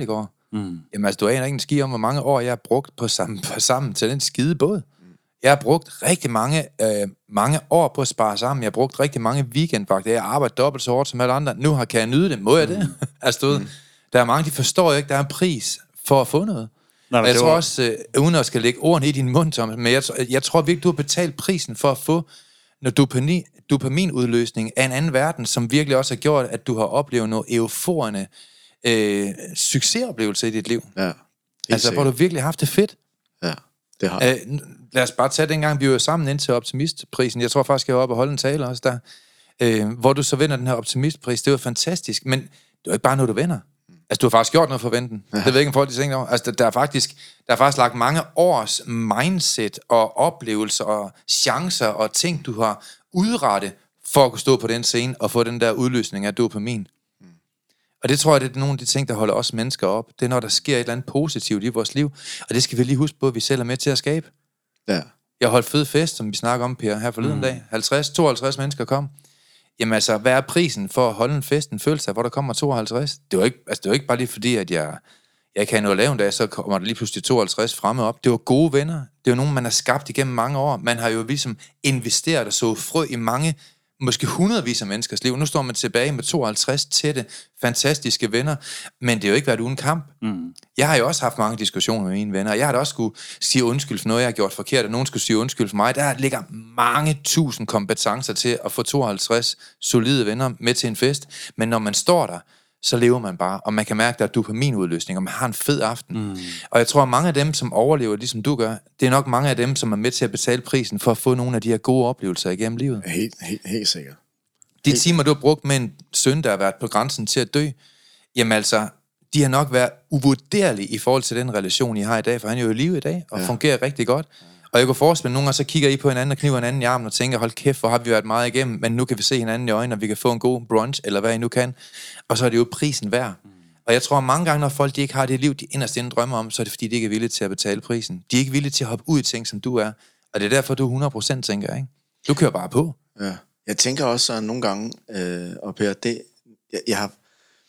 Mm. Jamen altså, du aner ikke en ski om, hvor mange år jeg har brugt på sammen, på sammen til den skide båd. Mm. Jeg har brugt rigtig mange, øh, mange år på at spare sammen. Jeg har brugt rigtig mange weekendvagter. Jeg har arbejdet dobbelt så hårdt som alle andre. Nu har, kan jeg nyde det. Må jeg det? Mm. altså, mm. Der er mange, de forstår jo ikke, der er en pris for at få noget. Nej, og jeg tror var... også, øh, uden at skal lægge ordene i din mund, Thomas, men jeg, jeg tror virkelig, du har betalt prisen for at få noget dopamin, dopaminudløsning af en anden verden, som virkelig også har gjort, at du har oplevet noget euforiende øh, succesoplevelse i dit liv. Ja, altså, hvor du virkelig har haft det fedt. Ja, det har jeg. Øh, lad os bare tage den gang, vi var sammen ind til optimistprisen. Jeg tror faktisk, jeg var oppe og holde en tale også der. Øh, hvor du så vinder den her optimistpris. Det var fantastisk, men det var ikke bare noget, du vinder. Altså, du har faktisk gjort noget for venten. Ja. Det ved jeg ikke, om folk de tænker over. Altså, der, der, er faktisk, der er faktisk lagt mange års mindset og oplevelser og chancer og ting, du har udrettet for at kunne stå på den scene og få den der udløsning af dopamin. Mm. Og det tror jeg, det er nogle af de ting, der holder os mennesker op. Det er, når der sker et eller andet positivt i vores liv. Og det skal vi lige huske på, at vi selv er med til at skabe. Ja. Jeg holdt fed fest, som vi snakker om, Per, her forleden mm. dag. halvtreds til tooghalvtreds mennesker kom. Jamen altså, hvad er prisen for at holde en fest, en følelse af, hvor der kommer tooghalvtreds? Det var ikke, altså, det var ikke bare lige fordi, at jeg, jeg ikke havde noget at lave en dag, så kommer der lige pludselig tooghalvtreds fremme op. Det var gode venner. Det var nogen, man har skabt igennem mange år. Man har jo ligesom investeret og så frø i mange, måske hundredvis af menneskers liv. Nu står man tilbage med tooghalvtreds tætte, fantastiske venner, men det er jo ikke været uden kamp. Mm. Jeg har jo også haft mange diskussioner med mine venner, og jeg har da også skulle sige undskyld for noget, jeg har gjort forkert, og nogen skulle sige undskyld for mig. Der ligger mange tusind kompetencer til at få tooghalvtreds solide venner med til en fest, men når man står der, så lever man bare, og man kan mærke, at der er dopaminudløsning, og man har en fed aften. Mm. Og jeg tror, at mange af dem, som overlever, ligesom du gør, det er nok mange af dem, som er med til at betale prisen for at få nogle af de her gode oplevelser igennem livet. Helt, helt, helt sikkert. De helt timer, du har brugt med en søn, der har været på grænsen til at dø, jamen altså, de har nok været uvurderlige i forhold til den relation, I har i dag, for han er jo i live i dag, og ja. fungerer rigtig godt. Og jeg kunne forestille mig, at nogle gange så kigger I på hinanden og kniver hinanden i armen og tænker, hold kæft, hvor har vi været meget igennem, men nu kan vi se hinanden i øjnene, og vi kan få en god brunch, eller hvad I nu kan. Og så er det jo prisen værd. Mm. Og jeg tror, at mange gange, når folk de ikke har det liv, de inderst inde drømmer om, så er det fordi, de ikke er villige til at betale prisen. De er ikke villige til at hoppe ud i ting, som du er. Og det er derfor, du hundrede procent tænker, ikke? Du kører bare på. Ja. Jeg tænker også at nogle gange, øh, og Per, det, jeg, jeg har,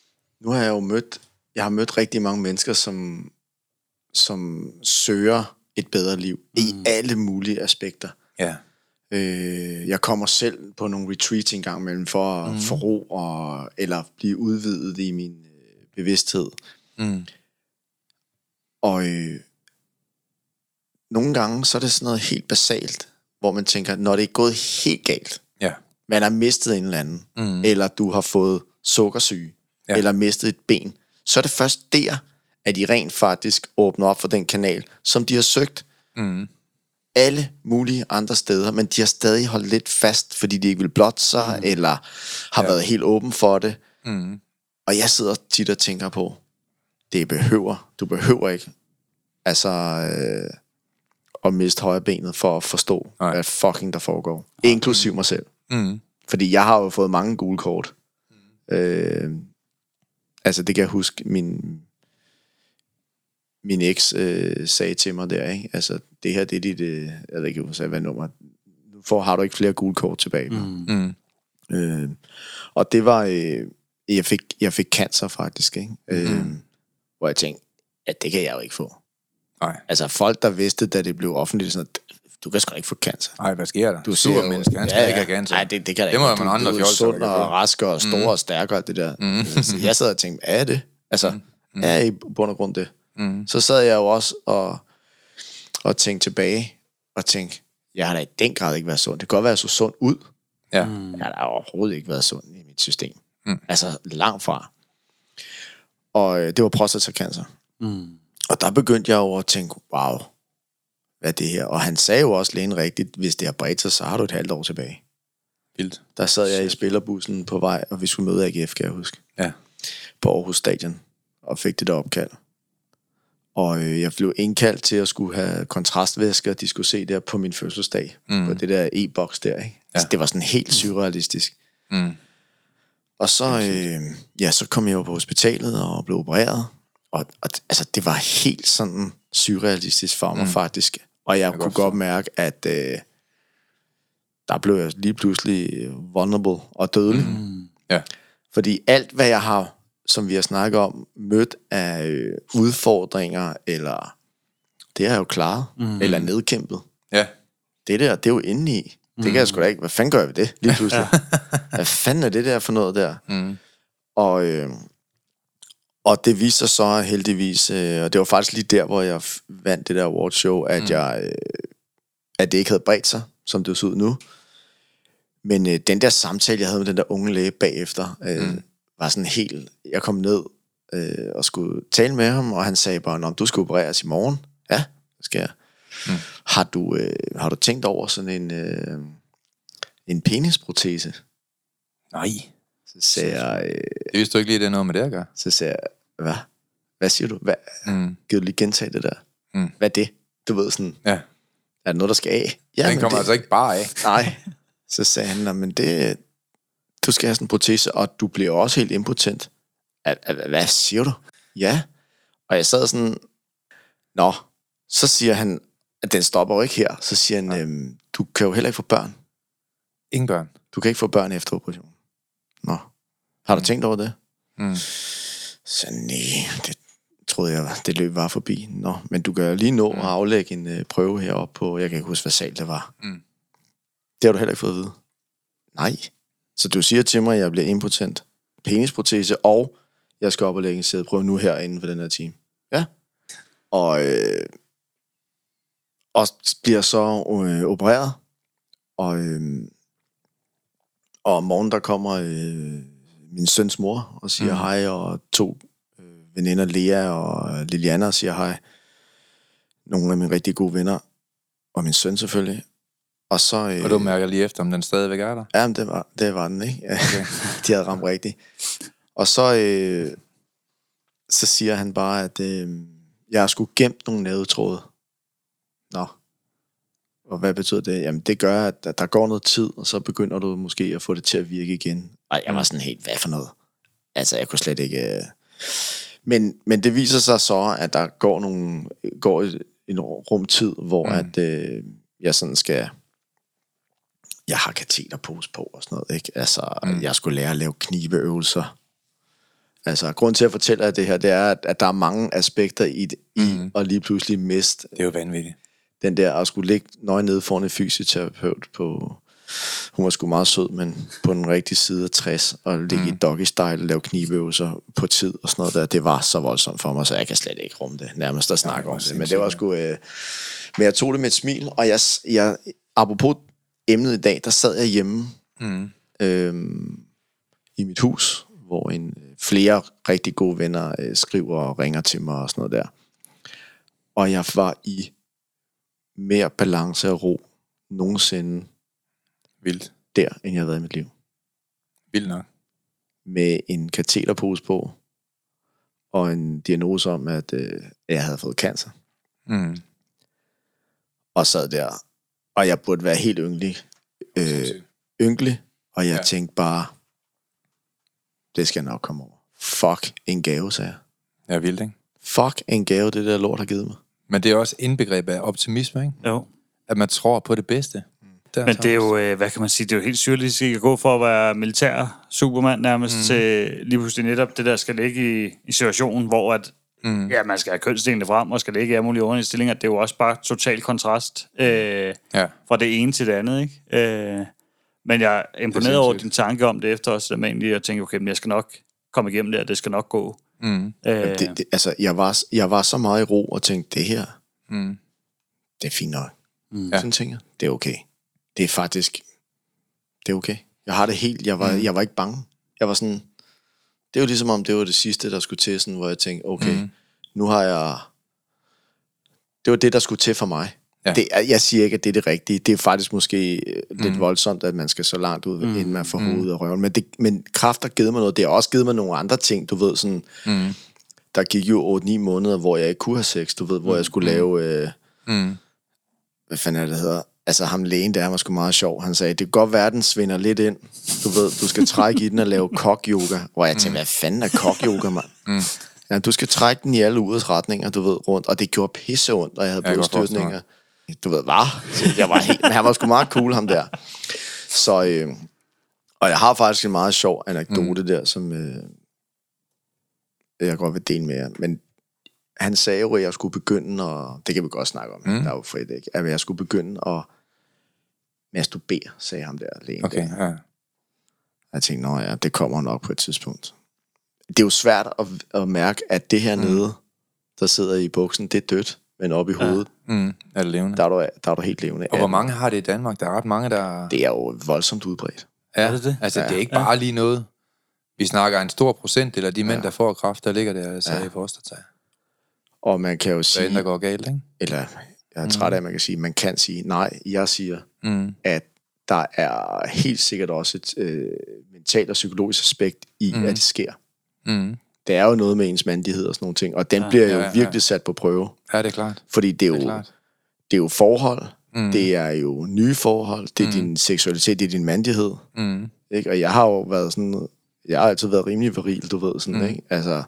nu har jeg jo mødt, jeg har mødt rigtig mange mennesker, som, som søger et bedre liv mm. i alle mulige aspekter. Ja. Øh, jeg kommer selv på nogle retreats en gang imellem for at mm. få ro og, eller blive udvidet i min øh, bevidsthed. Mm. Og øh, nogle gange så er det sådan noget helt basalt, hvor man tænker, når det er gået helt galt, ja. man har mistet en eller anden, mm. eller du har fået sukkersyge, ja. eller mistet et ben, så er det først der, at de rent faktisk åbner op for den kanal, som de har søgt mm. alle mulige andre steder, men de har stadig holdt lidt fast, fordi de ikke vil blotte sig, mm. eller har ja. været helt åben for det. Mm. Og jeg sidder tit og tænker på, det behøver, du behøver ikke, altså, øh, at miste højre benet for at forstå, Nej. hvad fucking der foregår. Okay. Inklusiv mig selv. Mm. Fordi jeg har jo fået mange gule kort. Mm. Øh, altså, det kan jeg huske, min... min eks øh, sagde til mig der, ikke? Altså, det her, det er dit, øh, jeg ved ikke, hvad nummer, nu får, har du ikke flere gule kort tilbage. Mm. Øh, og det var, øh, jeg, fik, jeg fik cancer faktisk, ikke? Mm. Øh, hvor jeg tænkte, ja, det kan jeg jo ikke få. Nej. Altså, folk, der vidste, da det blev offentligt, sådan, du kan sgu ikke få cancer. Nej, hvad sker der? Du ser jo, menneske, han skal ja, ikke have cancer. Nej, det, det kan da det må ikke. man andre du, du er sund og rask og stor mm. og stærkere, det der. Mm. Så jeg sad og tænkte, er det? Altså, mm. er i bund og grund det? Mm. Så sad jeg jo også og, og tænkte tilbage, og tænkte, jeg har da i den grad ikke været sund. Det kan godt være, at jeg så sund ud. Ja. Jeg har da overhovedet ikke været sund i mit system. Mm. Altså, langt fra. Og øh, det var prostatacancer. Mm. Og der begyndte jeg over at tænke, wow, hvad er det her? Og han sagde jo også lægen rigtigt, hvis det har bredt sig, så har du et halvt år tilbage. Vildt. Der sad jeg i spillerbussen på vej, og vi skulle møde A G F, kan jeg huske. Ja. På Aarhus Stadion. Og fik det der opkald. Og øh, jeg blev indkaldt til at skulle have kontrastvæsker, de skulle se der på min fødselsdag. Mm. På det der e-boks der, ikke? Ja. Altså, det var sådan helt surrealistisk. Mm. Og så, øh, ja, så kom jeg jo på hospitalet og blev opereret. Og, og altså, det var helt sådan surrealistisk for mig mm. faktisk. Og jeg, jeg kunne godt mærke, at øh, der blev jeg lige pludselig vulnerable og dødelig. Mm. Ja. Fordi alt, hvad jeg har som vi har snakket om, mødt af øh, udfordringer, eller det er jeg jo klaret, mm. eller nedkæmpet. Ja. Det der, det er jo inde i. Det kan jeg sgu da ikke. Hvad fanden gør jeg ved det lige pludselig? Ja. Hvad fanden er det der for noget der? Mm. Og, øh, og det viser sig så heldigvis, øh, og det var faktisk lige der, hvor jeg vandt det der awardshow, at, mm. jeg, øh, at det ikke havde bredt sig, som det så ud nu. Men øh, den der samtale, jeg havde med den der unge læge bagefter, øh, mm. var sådan helt... Jeg kom ned øh, og skulle tale med ham, og han sagde bare, om du skal opereres i morgen. Ja, det skal jeg. Mm. Har, du, øh, har du tænkt over sådan en, øh, en penisprotese? Nej. Så sagde jeg... Øh, det vidste du ikke lige, det er noget med det at gøre. Så sagde jeg, hvad? Hvad siger du? Hvad? Mm. Kan du lige gentage det der? Mm. Hvad er det? Du ved sådan... Ja. Er det noget, der skal af? Ja, den kommer det, altså ikke bare af. Nej. Så sagde han, men det... Du skal have sådan en protese, og du bliver også helt impotent. At, at, hvad siger du? Ja. Og jeg sad sådan... Nå. Så siger han, at den stopper jo ikke her. Så siger han, øhm, du kan jo heller ikke få børn. Ingen børn. Du kan ikke få børn efter operationen. Nå. Har du mm. tænkt over det? Mm. Så nej, det troede jeg, det løb var forbi. Nå, men du kan jo lige nå mm. at aflægge en øh, prøve heroppe på, jeg kan ikke huske, hvad sal det var. Mm. Det har du heller ikke fået at vide. Nej. Så du siger til mig, at jeg bliver impotent. Penisprotese, og jeg skal op og lægge en sædeprøve nu her inden for den her time. Ja. Og, øh, og bliver så øh, opereret. Og, øh, og om morgenen, der kommer øh, min søns mor og siger mm. hej, og to øh, veninder, Lea og Liliana, siger hej. Nogle af mine rigtig gode venner. Og min søn selvfølgelig. Og så... Øh, og du mærker lige efter, om den stadigvæk er der? Ja, det var, det var den, ikke? Okay. De havde ramt rigtigt. Og så, øh, så siger han bare, at øh, jeg har sgu gemt nogle nævetråde. Nå. Og hvad betyder det? Jamen, det gør, at der går noget tid, og så begynder du måske at få det til at virke igen. Og jeg var sådan helt, hvad for noget? Altså, jeg kunne slet ikke... Øh... Men, men det viser sig så, at der går, nogle, går et, en rum tid, hvor mm. at øh, jeg sådan skal... Jeg har kateterpose på og sådan noget, ikke? Altså, mm. jeg skulle lære at lave knibeøvelser. Altså, grund til at fortælle jer det her, det er, at, at der er mange aspekter i det, i mm. og lige pludselig miste. Det er jo vanvittigt. Den der, at skulle ligge nøje nede foran en fysioterapeut på, hun var sgu meget sød, men på den rigtige side af tres, og ligge mm. i doggy style og lave knibeøvelser på tid og sådan noget der, det var så voldsomt for mig, så jeg kan slet ikke rumme det, nærmest at snakke ja, om det. Men det var sgu, øh, men jeg tog det med et smil, og jeg, jeg apropos emnet i dag, der sad jeg hjemme mm. øhm, i mit hus, hvor en flere rigtig gode venner øh, skriver og ringer til mig og sådan noget der. Og jeg var i mere balance og ro nogensinde vildt der, end jeg har været i mit liv. Vildt nok. Med en kateterpose på, og en diagnose om, at øh, jeg havde fået cancer. Mm. Og sad der, og jeg burde være helt ynglig. Øh, ynglig, og jeg ja. tænkte bare, det skal nok komme over. Fuck en gave, sagde jeg. Ja, vildt, ikke? Fuck en gave, det der lort har givet mig. Men det er også indbegrebet af optimisme, ikke? Jo. At man tror på det bedste. Der Men det er jo, hvad kan man sige, det er jo helt syrligt, at gå for at være militær supermand nærmest, mm. til lige pludselig netop det der skal ligge i, i situationen, hvor at, mm. ja, man skal have kønsdelene frem, og skal ligge i alle mulige ordentlige stillinger. Det er jo også bare total kontrast øh, ja. fra det ene til det andet, ikke? Øh, men jeg er imponeret er over din tanke om det efter også, at man egentlig tænker, okay, men jeg skal nok komme igennem det, og det skal nok gå. Mm. Øh, det, det, altså, jeg var, jeg var så meget i ro og tænkte, det her, mm. det er fint nok. Mm. Sådan tænker jeg, det er okay. Det er faktisk, det er okay. Jeg har det helt, jeg var, mm. jeg var ikke bange. Jeg var sådan, det er jo ligesom om, det var det sidste, der skulle til, sådan, hvor jeg tænkte, okay, mm. nu har jeg, det var det, der skulle til for mig. Ja. Det, jeg siger ikke, at det er det rigtige. Det er faktisk måske mm. lidt voldsomt, at man skal så langt ud, mm. inden man får mm. hovedet og røven. Men, det, men kraft har givet mig noget. Det har også givet mig nogle andre ting, du ved, sådan, mm. der gik jo otte ni måneder, hvor jeg ikke kunne have sex, du ved, hvor jeg skulle mm. lave, øh, mm. hvad fanden er det, hedder? Altså ham lægen der var sgu meget sjov. Han sagde, det kan godt være, den svinder lidt ind. Du ved, du skal trække i den og lave kok-yoga. Hvor jeg tænkte, hvad fanden er kok-yoga, mand? Mm. Ja, du skal trække den i alle udets retninger, du ved, rundt. Og det gjorde pisse ondt, og jeg havde blodstyrtninger. Du ved, hvad? Jeg var helt, men han var sgu meget cool, ham der. Så, øh, og jeg har faktisk en meget sjov anekdote mm. der, som, øh, jeg godt vil dele med jer. Men han sagde jo, at jeg skulle begynde, og det kan vi godt snakke om, mm. der er jo frit, ikke? At jeg skulle begynde at masturbere, sagde ham der lægen. Okay, ja. Jeg tænkte, nå ja, det kommer nok på et tidspunkt. Det er jo svært at, at mærke, at det her mm. nede, der sidder i buksen, det er dødt, men oppe i ja. hovedet, mm. er det levende. Der er, du, der er du helt levende. Og hvor mange har det i Danmark? Der er ret mange, der... Det er jo voldsomt udbredt. Ja, er det det? Altså ja. Det er ikke bare lige noget. Vi snakker en stor procent, eller de mænd, ja. der får kræft, der ligger der altså ja. i fostertag. Og man kan jo sige... Der går galt, ikke? Eller, jeg er træt af, at man kan sige, man kan sige, nej, jeg siger, mm. at der er helt sikkert også et øh, mentalt og psykologisk aspekt i, mm. at det sker. Mm. Det er jo noget med ens mandighed og sådan nogle ting, og den ja, bliver jo ja, ja. virkelig sat på prøve. Ja, det er klart. Fordi det er, det er, jo, det er jo forhold, mm. det er jo nye forhold, det er mm. din seksualitet, det er din mandighed. Mm. Ikke? Og jeg har jo været sådan, jeg har altid været rimelig viril, du ved, sådan, mm. ikke? Altså,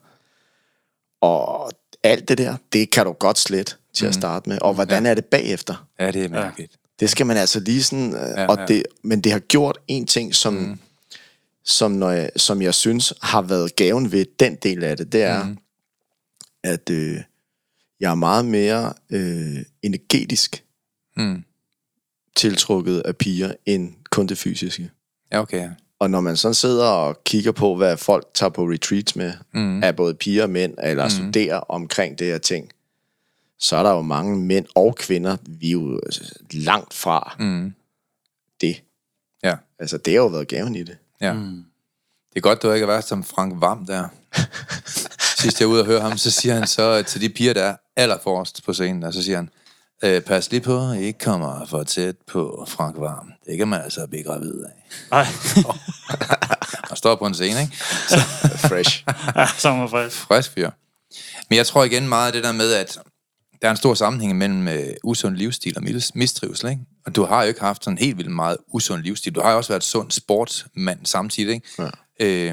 og alt det der, det kan du godt slet til mm. at starte med. Og hvordan ja. er det bagefter? Ja, det er mærkeligt. Det skal man altså lige sådan, ja, og det, ja. men det har gjort en ting, som, mm. som, når jeg, som jeg synes har været gaven ved den del af det, det er, mm. at øh, jeg er meget mere øh, energetisk mm. tiltrukket af piger, end kun det fysiske. Ja, okay, ja. Og når man sådan sidder og kigger på, hvad folk tager på retreats med, mm. af både piger og mænd, eller mm. studerer omkring det her ting, så er der jo mange mænd og kvinder, vi er jo langt fra mm. det. Ja. Altså, det har jo været gaven i det. Ja. Mm. Det er godt, du ikke har været som Frank Hvam der. Sidst jeg er ude og høre ham, så siger han så til de piger, der er allerforrest på scenen, og så siger han, øh, pas lige på, I ikke kommer for tæt på Frank Hvam. Det kan man altså blive gravid af. Nej. Og står på en scene, ikke? Så, fresh. Ja, som er frisk. Frisk fyr. Men jeg tror igen meget af det der med, at der er en stor sammenhæng mellem øh, usund livsstil og mistrivsel, ikke? Og du har jo ikke haft sådan helt vildt meget usund livsstil. Du har jo også været sund sportsmand samtidig, ikke? Ja. Øh,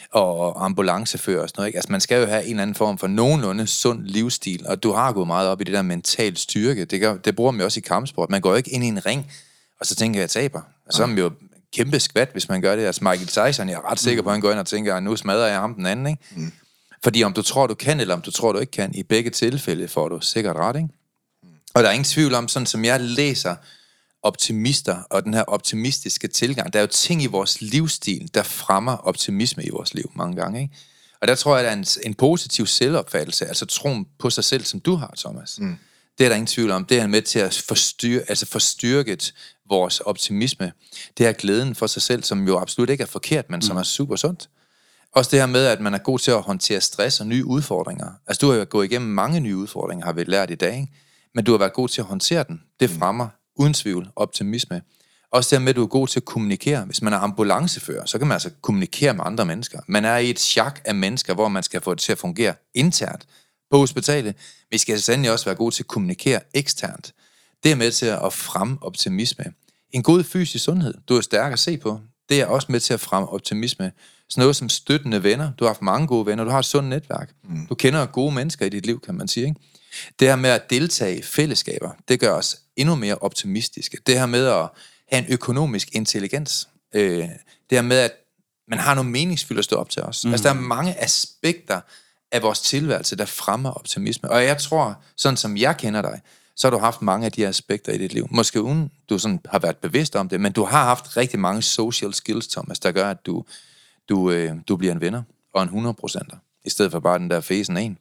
og ambulancefører og sådan noget, ikke? Altså man skal jo have en eller anden form for nogenlunde sund livsstil, og du har gået meget op i det der mental styrke. Det, gør, det bruger man jo også i kampsport. Man går jo ikke ind i en ring, og så tænker jeg, jeg taber. Og så er man jo kæmpe skvat, hvis man gør det. Altså Michael Tyson, jeg er ret sikker på, at han går ind og tænker, nu smadrer jeg ham den anden, ikke? Mm. Fordi om du tror, du kan, eller om du tror, du ikke kan, i begge tilfælde får du sikkert ret, ikke? Mm. Og der er ingen tvivl om, sådan som jeg læser optimister, og den her optimistiske tilgang, der er jo ting i vores livsstil, der fremmer optimisme i vores liv mange gange, ikke? Og der tror jeg, der er en, en positiv selvopfattelse, altså troen på sig selv, som du har, Thomas. Mm. Det er der ingen tvivl om. Det er med til at forstyr, altså forstyrket vores optimisme. Det er glæden for sig selv, som jo absolut ikke er forkert, men som mm. er super sundt. Også det her med, at man er god til at håndtere stress og nye udfordringer. Altså, du har jo gået igennem mange nye udfordringer, har vi lært i dag, ikke? Men du har været god til at håndtere den. Det fremmer, uden tvivl, optimisme. Også det her med, at du er god til at kommunikere. Hvis man er ambulancefører, så kan man altså kommunikere med andre mennesker. Man er i et chak af mennesker, hvor man skal få det til at fungere internt på hospitalet. Vi skal sandelig også være gode til at kommunikere eksternt. Det er med til at fremme optimisme. En god fysisk sundhed, du er stærk at se på, det er også med til at fremme optimisme. Sådan noget som støttende venner. Du har haft mange gode venner. Du har et sundt netværk. Mm. Du kender gode mennesker i dit liv, kan man sige, ikke? Det her med at deltage i fællesskaber, det gør os endnu mere optimistiske. Det her med at have en økonomisk intelligens. Øh, det her med, at man har noget meningsfyldt at stå op til os. Mm. Altså, der er mange aspekter af vores tilværelse, der fremmer optimisme. Og jeg tror, sådan som jeg kender dig, så har du haft mange af de aspekter i dit liv. Måske uden du sådan har været bevidst om det, men du har haft rigtig mange social skills, Thomas, der gør, at du, du, øh, du bliver en vinder og en hundrede procenter, i stedet for bare den der fesen en.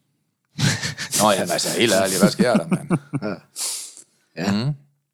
Nå ja, altså helt ærligt, hvad sker der, mand? Ja. Mm.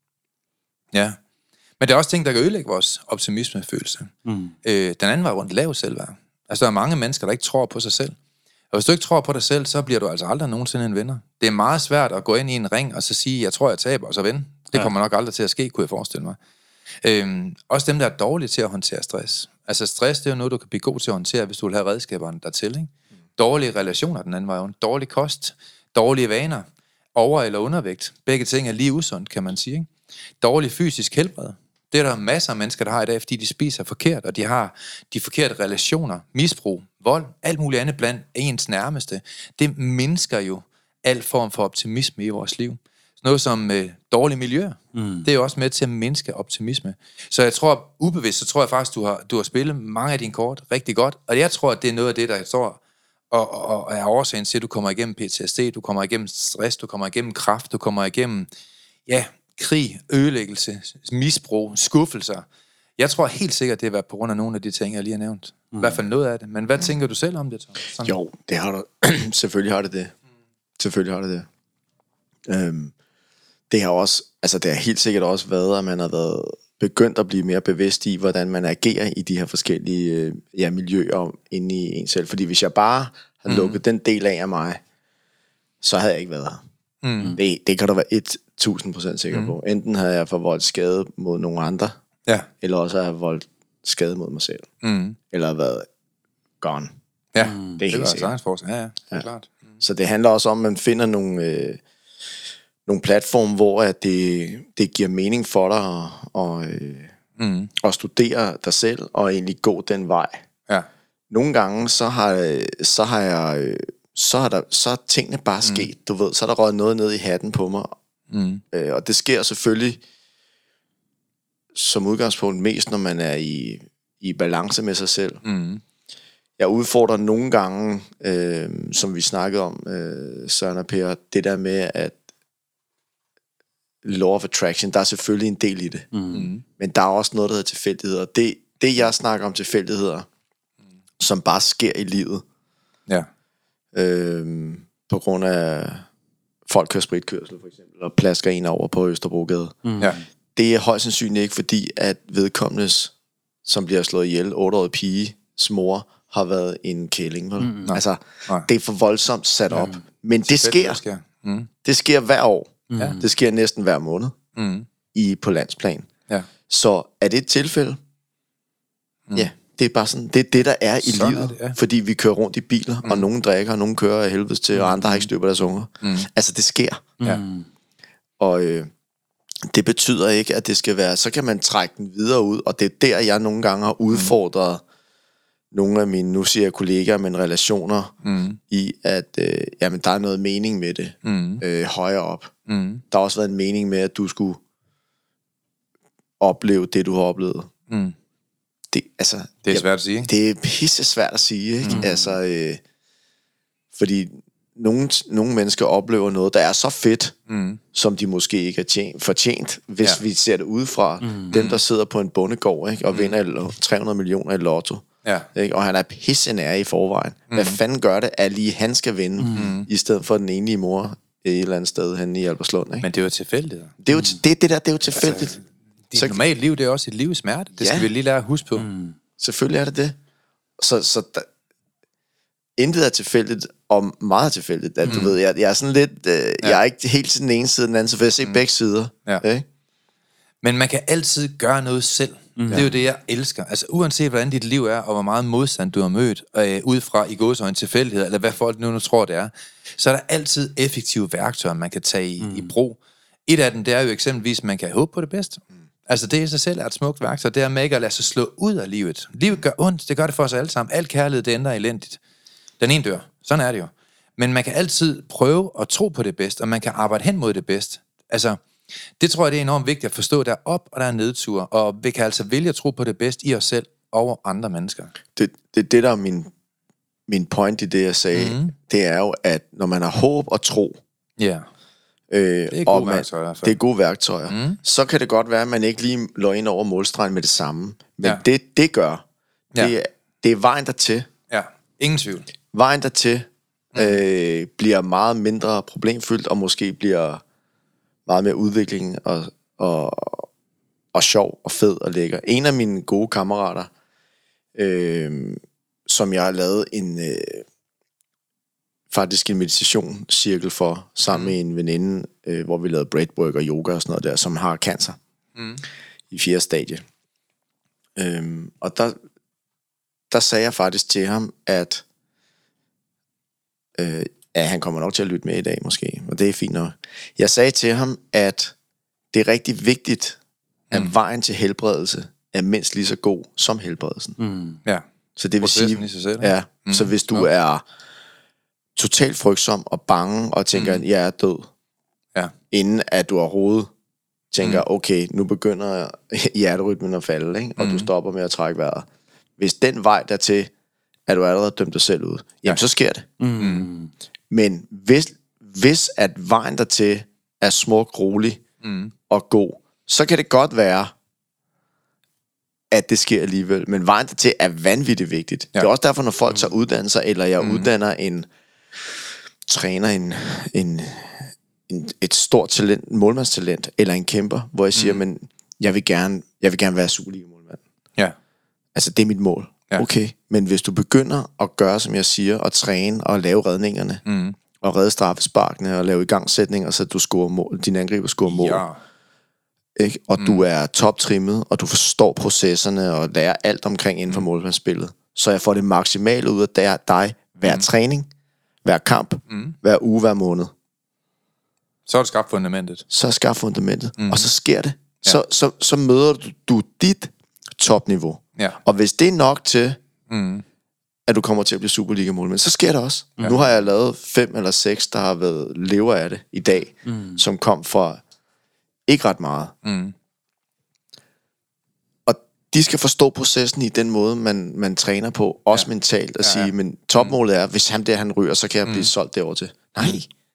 Ja. Men der er også ting, der kan ødelægge vores optimismefølelse. Mm. Øh, den anden var rundt lav selvværd. Altså, der er mange mennesker, der ikke tror på sig selv. Og hvis du ikke tror på dig selv, så bliver du altså aldrig nogensinde en vinder. Det er meget svært at gå ind i en ring og så sige, jeg tror, jeg taber, og så vinde. Det kommer nok aldrig til at ske, kunne jeg forestille mig. Øhm, også dem, der er dårlige til at håndtere stress. Altså stress, det er jo noget, du kan blive god til at håndtere, hvis du vil have redskaberne dertil, ikke? Mm. Dårlige relationer den anden vej rundt. Dårlig kost. Dårlige vaner. Over- eller undervægt. Begge ting er lige usundt, kan man sige, ikke? Dårlig fysisk helbred. Det er der masser af mennesker, der har i dag, fordi de spiser forkert, og de har de forkerte relationer, misbrug, vold, alt muligt andet blandt ens nærmeste. Det mindsker jo al form for optimisme i vores liv. Noget som øh, dårligt miljø, mm. det er jo også med til at mindske optimisme. Så jeg tror, ubevidst, så tror jeg faktisk, du har, du har spillet mange af dine kort rigtig godt, og jeg tror, at det er noget af det, der står og, og, og er årsagen til, at du kommer igennem P T S D, du kommer igennem stress, du kommer igennem kræft, du kommer igennem, ja, krig, ødelæggelse, misbrug, skuffelser. Jeg tror helt sikkert, det har været på grund af nogle af de ting, jeg lige har nævnt. Mm. I hvert fald noget af det. Men hvad mm. tænker du selv om det, Tom? Sådan. Jo, det har du. Selvfølgelig har det det. Selvfølgelig har det det. Øhm, det har også, altså det har helt sikkert også været, at man har været begyndt at blive mere bevidst i, hvordan man agerer i de her forskellige øh, ja, miljøer inde i en selv. Fordi hvis jeg bare havde lukket mm. den del af af mig, så havde jeg ikke været her. Mm. Det, det kan du være et tusind procent sikker mm. på. Enten havde jeg forvoldt skade mod nogle andre, ja. Eller også havde jeg forvoldt skade mod mig selv. Mm. Eller været gone. Ja, mm. det er helt sikkert. Ja, ja, det er ja. Klart. Mm. Så det handler også om, at man finder nogle, øh, nogle platforme, hvor at det, det giver mening for dig at, og, øh, mm. at studere dig selv og egentlig gå den vej. Ja. Nogle gange, så har, så har jeg... så har, der, så er tingene bare mm. sket, du ved, så er der røget noget ned i hatten på mig. Mm. Øh, og det sker selvfølgelig som udgangspunkt mest, når man er i, i balance med sig selv. Mm. Jeg udfordrer nogle gange, øh, som vi snakkede om, øh, Søren og Per, det der med, at law of attraction, der er selvfølgelig en del i det. Mm. Men der er også noget, der hedder tilfældigheder. Det, det jeg snakker om tilfældigheder, mm. som bare sker i livet. Ja. Øhm, på grund af folk kører spritkørsel for eksempel og plasker en over på Østerbrogade. Mm. Ja. Det er højst sandsynligt ikke fordi at vedkommendes, som bliver slået ihjel, otteårige pige, mor har været en kælling. Mm. Altså Nej. Det er for voldsomt sat op. Mm. Men det sker. Det sker, mm. det sker hver år. Mm. Det sker næsten hver måned mm. i på landsplan. Ja. Så er det et tilfælde? Mm. Ja. Det er bare sådan, det er det, der er i sådan livet. Er det, ja. Fordi vi kører rundt i biler, mm. og nogen drikker, og nogen kører af helvedes til, og andre har ikke styr på deres unger. Mm. Altså, det sker. Ja. Og øh, det betyder ikke, at det skal være, så kan man trække den videre ud, og det er der, jeg nogle gange har udfordret mm. nogle af mine, nu siger jeg kollegaer, men relationer, mm. i at, øh, jamen, der er noget mening med det, mm. øh, højere op. Mm. Der har også været en mening med, at du skulle opleve det, du har oplevet. Mm. Det, altså, det er svært at sige, ikke? Det er pisse svært at sige, ikke? Mm. Altså, øh, fordi nogle, nogle mennesker oplever noget, der er så fedt, mm. som de måske ikke har tjent, fortjent, hvis ja. Vi ser det udefra. Mm. Dem, der sidder på en bondegård, ikke? Og mm. vinder tre hundrede millioner i lotto. Ja. Ikke? Og han er pissenær i forvejen. Mm. Hvad fanden gør det, at lige han skal vinde, mm. i stedet for den enlige mor et eller andet sted henne i Albertslund, ikke? Men det er jo tilfældigt. Det er jo t- det, det der, det er jo tilfældigt. Altså, dit normale liv, det er også et liv i smerte. Det skal ja. Vi lige lære at huske på. Mm. Selvfølgelig er det det. Så, så der, intet er tilfældigt, og meget er tilfældigt. At, mm. du ved, jeg, jeg er sådan lidt, øh, ja. Jeg er ikke helt til den ene side, den anden, så får jeg se mm. begge sider. Ja. Okay? Men man kan altid gøre noget selv. Mm. Det er jo det, jeg elsker. Altså uanset hvordan dit liv er, og hvor meget modstand du har mødt, øh, ud fra i gåseøjne tilfældighed, eller hvad folk nu, nu tror, det er, så er der altid effektive værktøjer, man kan tage i, mm. i brug. Et af dem, det er jo eksempelvis, at man kan håbe på det bedste. Mm. Altså det i sig selv er et smukt værktøj. Det er med ikke at lade sig slå ud af livet. Livet gør ondt, det gør det for os alle sammen. Al kærlighed, det ender elendigt. Den ene dør. Sådan er det jo. Men man kan altid prøve at tro på det bedste, og man kan arbejde hen mod det bedste. Altså, det tror jeg, det er enormt vigtigt at forstå. Der er op, og der er nedtur. Og vi kan altså vælge at tro på det bedste i os selv over andre mennesker. Det, det, det der er min, min point i det, jeg sagde, mm-hmm. det er jo, at når man har håb og tro, ja. Yeah. Øh, det er gode man, værktøjer. Det er gode værktøjer. Mm. Så kan det godt være, at man ikke lige lå ind over målstregen med det samme. Men ja. det, det gør, det, ja. det er vejen dertil. Ja, ingen tvivl. Vejen dertil mm. øh, bliver meget mindre problemfyldt, og måske bliver meget mere udvikling og, og, og sjov og fed og lækker. En af mine gode kammerater, øh, som jeg har lavet en... Øh, faktisk en meditationscirkel for, sammen mm. med en veninde, øh, hvor vi lavede breathwork og yoga og sådan noget der, som har cancer mm. i fjerde stadie. Øhm, og der, der sagde jeg faktisk til ham, at øh, ja, han kommer nok til at lytte med i dag måske, og det er fint nok. Jeg sagde til ham, at det er rigtig vigtigt, at mm. vejen til helbredelse er mindst lige så god som helbredelsen. Mm. Ja. Så det vil sige, selv, ja, mm. så hvis du okay. er totalt frygtsom og bange og tænker, mm. jeg er død, ja. Inden at du overhovedet tænker, mm. okay, nu begynder hjerterytmen at falde, ikke? Og mm. du stopper med at trække vejret. Hvis den vej dertil er du allerede dømt dig selv ud. Jamen, ja. så sker det. Mm. Men hvis, hvis at vejen dertil er smuk, rolig mm. og god, så kan det godt være, at det sker alligevel. Men vejen dertil er vanvittigt vigtigt. Ja. Det er også derfor, når folk tager uddannelser, eller jeg mm. uddanner en træner, en, en, en, et stort talent, en målmandstalent, eller en kæmper, hvor jeg siger, mm. men jeg vil gerne, jeg vil gerne være Superliga-målmand. Ja. Altså, det er mit mål. Ja. Okay, men hvis du begynder at gøre, som jeg siger, og træne og lave redningerne, mm. og redde straffesparkene, og lave igangsætninger, så du scorer mål, din angriber scorer mål, ja. Ikke? Og mm. du er toptrimmet, og du forstår processerne, og lærer alt omkring inden for mm. målmandsspillet, så jeg får det maksimale ud af dig, hver mm. træning, hver kamp, mm. hver uge, hver måned. Så er du skabt fundamentet. Så er skabt fundamentet, mm. og så sker det. Ja. Så, så, så møder du, du dit topniveau. Ja. Og hvis det er nok til, mm. at du kommer til at blive Superliga-målmand, så sker det også. Ja. Nu har jeg lavet fem eller seks, der har været lever af det i dag, mm. som kom fra ikke ret meget. Mm. Og de skal forstå processen i den måde, man, man træner på, også ja. mentalt, at ja, ja. sige, men topmålet er, hvis han der han ryger, så kan jeg blive mm. solgt derover til. Nej.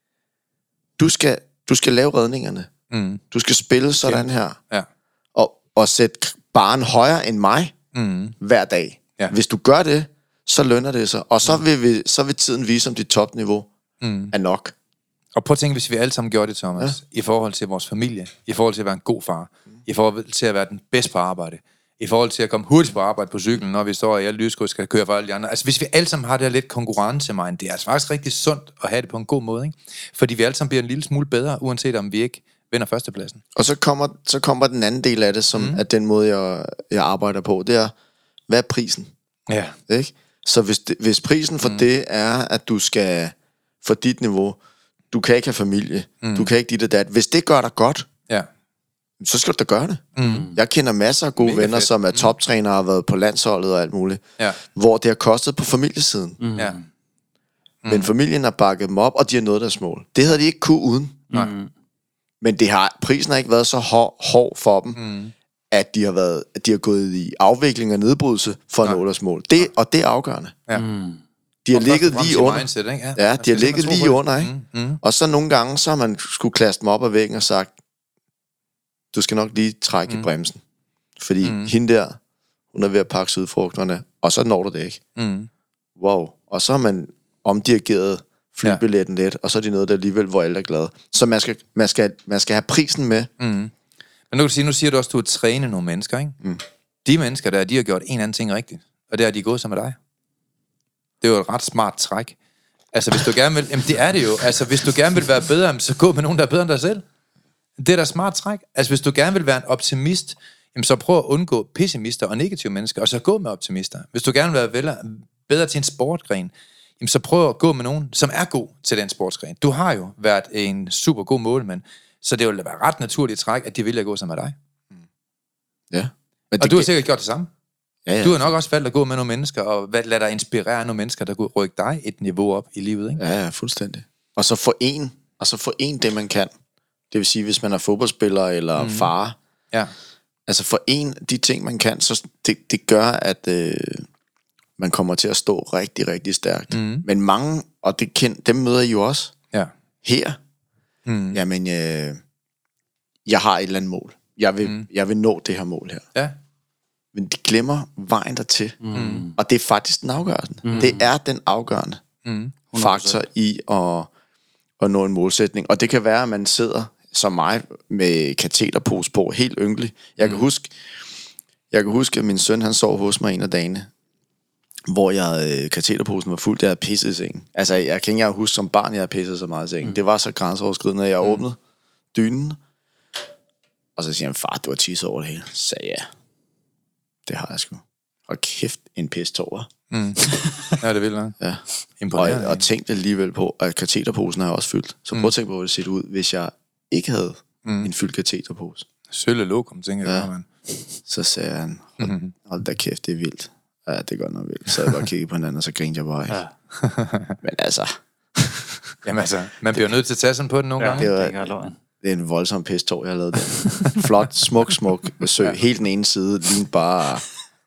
Du skal, du skal lave redningerne. Mm. Du skal spille sådan her. Ja. Og, og sætte barren højere end mig mm. hver dag. Ja. Hvis du gør det, så lønner det sig. Og så, mm. vil, vi, så vil tiden vise, om dit topniveau mm. er nok. Og prøv at tænke, hvis vi alle sammen gjorde det, Thomas, ja. i forhold til vores familie, i forhold til at være en god far, mm. i forhold til at være den bedste på arbejde, i forhold til at komme hurtigt på arbejde på cyklen, når vi står i alle lyskryds, skal køre for alle de andre. Altså hvis vi alle sammen har det her lidt konkurrence, det er altså faktisk rigtig sundt at have det på en god måde, ikke? Fordi vi alle sammen bliver en lille smule bedre, uanset om vi ikke vinder førstepladsen. Og så kommer, så kommer den anden del af det, som mm. er den måde, jeg, jeg arbejder på. Det er, hvad er prisen? Ja. Ikke? Så hvis, det, hvis prisen for mm. det er, at du skal, for dit niveau, du kan ikke have familie, mm. du kan ikke dit og dat. Hvis det gør dig godt, ja. så skal du da gøre det. Mm. Jeg kender masser af gode Mega venner, fedt. som er toptrænere, har været på landsholdet og alt muligt, ja. hvor det har kostet på familiesiden. Mm. Ja. Mm. Men familien har bakket dem op, og de har nået deres mål. Det havde de ikke kunne uden. Mm. Men det har, prisen har ikke været så hård, hård for dem, mm. at de har været, at de har gået i afvikling og nedbrydelse for at nå deres mål. Det, og det er afgørende. Ja. Mm. De har ligget lige under. Mindset, ikke? Ja, ja, de har ligget lige under, ikke? Mm. Mm. Og så nogle gange, så har man skulle klaste dem op ad væggen og sagt, du skal nok lige trække mm. i bremsen. Fordi mm. hende der, hun er ved at pakke sydfrugterne, og så når du det ikke. Mm. Wow. Og så har man omdirigeret flybilletten ja. lidt, og så er det noget, der alligevel, hvor alle er glade. Så man skal, man skal, man skal have prisen med. Mm. Men nu, kan du sige, nu siger du også, at du har trænet nogle mennesker, ikke? Mm. De mennesker der, de har gjort en eller anden ting rigtigt, og det er, de er gået sammen med dig. Det er jo et ret smart træk. Altså, hvis du gerne vil... Jamen, det er det jo. Altså, hvis du gerne vil være bedre, så gå med nogen, der er bedre end dig selv. Det er da smart træk. Altså, hvis du gerne vil være en optimist, jamen, så prøv at undgå pessimister og negative mennesker, og så gå med optimister. Hvis du gerne vil være bedre til en sportgren, jamen, så prøv at gå med nogen, som er god til den sportsgren. Du har jo været en super god målmand, så det vil være ret naturligt træk, at de vil gå sammen med dig. Ja. Men og du har sikkert gjort det samme. Ja, ja. Du har nok også valgt at gå med nogle mennesker, og lade dig inspirere nogle mennesker, der kunne rykke dig et niveau op i livet, ikke? Ja, ja, fuldstændig. Og så for en, og så for en det, man kan. Det vil sige, hvis man er fodboldspiller eller mm. far. Ja. Altså for en, de ting, man kan, så det, det gør, at øh, man kommer til at stå rigtig, rigtig stærkt. Mm. Men mange, og det kend, dem møder I jo også. Ja. Her. Mm. Jamen, øh, jeg har et eller andet mål. Jeg vil, mm. jeg vil nå det her mål her. Ja. Men de glemmer vejen dertil. Mm. Og det er faktisk den afgørende. Mm. Det er den afgørende mm. faktor i at, at nå en målsætning. Og det kan være, at man sidder som mig med kateterpose på, helt ynkelig. Jeg kan mm. huske, jeg kan huske, at min søn, han sov hos mig en af dagene, hvor jeg, øh, kateterposen var fuld, jeg havde pisset i sengen. Altså, jeg kan ikke engang huske som barn, jeg havde pisset så meget i sengen. Mm. Det var så grænseoverskridende, at jeg mm. åbnede dynen. Og så siger han, far, du har tisset over det hele. Så sagde jeg, ja. Det har jeg sgu. Og kæft, en pistår. Mm. Ja, det vil jeg. Ja. Og, og tænkte alligevel på, at kateterposen er også fyldt. Så prøv at tænke på, hvor det ser ud, hvis jeg ikke havde mm. en fyldt kateterpose. Sølle lokum, tænker jeg. Ja. Man. Så sagde han, hold, mm-hmm. hold da kæft, det er vildt. Ja, det er godt nok vildt. Så jeg bare kiggede på hinanden, og så grinede jeg bare. Ja. Men altså... Jamen altså, man bliver nødt til at tage sådan på den nogle ja, gange. Det, var, det er en voldsom pistår, jeg har lavet der. Flot, smuk, smuk sø. Ja. Helt den ene side, lignede bare...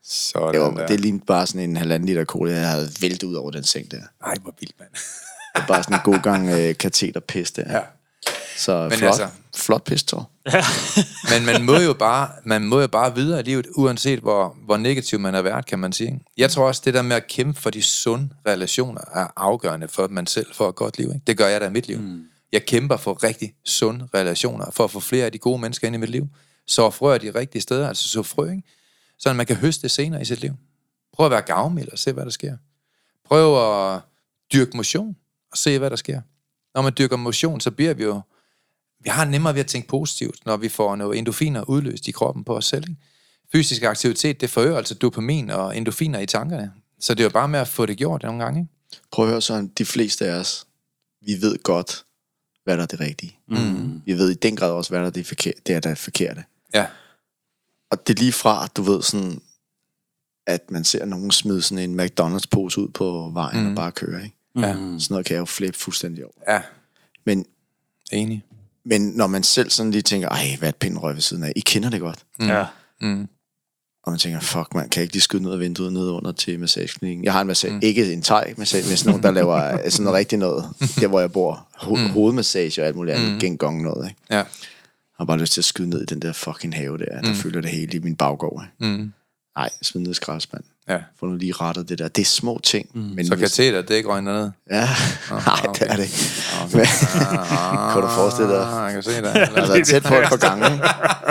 Sådan det, var, der. det lignede bare sådan en halvanden liter cola, jeg havde væltet ud over den seng der. Ej, hvor vildt, mand. Det var bare sådan en god gang øh, kateterpis der. Ja. Så Men flot, altså- flot pis, Thor. Men man må jo bare, man må jo bare videre i livet, uanset hvor, hvor negativ man har været, kan man sige. Ikke? Jeg tror også, det der med at kæmpe for de sunde relationer er afgørende for, at man selv får et godt liv. Ikke? Det gør jeg da i mit liv. Mm. Jeg kæmper for rigtig sunde relationer, for at få flere af de gode mennesker ind i mit liv. Så frøer de rigtige steder, altså så frø, ikke? Så man kan høste det senere i sit liv. Prøv at være gavmild og se, hvad der sker. Prøv at dyrke motion og se, hvad der sker. Når man dyrker motion, så bliver vi jo... Vi har nemmere ved at tænke positivt, når vi får nogle endorfiner udløst i kroppen på os selv. Ikke? Fysisk aktivitet, det forøger altså dopamin og endorfiner i tankerne. Så det er jo bare med at få det gjort nogle gange. Ikke? Prøv at høre sådan, de fleste af os, vi ved godt, hvad der er det rigtige. Mm. Vi ved i den grad også, hvad der er det, forkerte, det, er, der er forkerte. Ja. Og det er lige fra, at du ved sådan, at man ser nogen smide sådan en McDonald's-pose ud på vejen mm. og bare køre, ikke? Ja. Sådan noget kan jeg jo flippe fuldstændig over. Ja, Men, enig. men når man selv sådan lige tænker, ej, hvad er et pinderøg ved siden af? I kender det godt. Mm. Ja. Mm. Og man tænker, fuck man, kan jeg ikke lige skyde ned af vinduet ned under til massageklinikken? Jeg har en massage, mm. ikke en thai-massage, men sådan nogen, der laver sådan noget rigtig noget. Der, hvor jeg bor. Ho- mm. Hovedmassage og alt muligt andet. Mm. Gengong noget, ikke? Ja. Jeg har bare lyst til at skyde ned i den der fucking have der, der mm. fylder det hele i min baggård. Ikke? Mm. Nej, smid ned i skraldespand. Ja. Få nu lige rettet det der. Det er små ting. Mm. Men Så hvis... kateter, det er ikke røgnet ned? Ja, oh, nej, okay. det er det ikke. Okay. Men, Ah, kan du forestille dig? Jeg kan se det. Jeg har været tæt på et par gange. Ikke?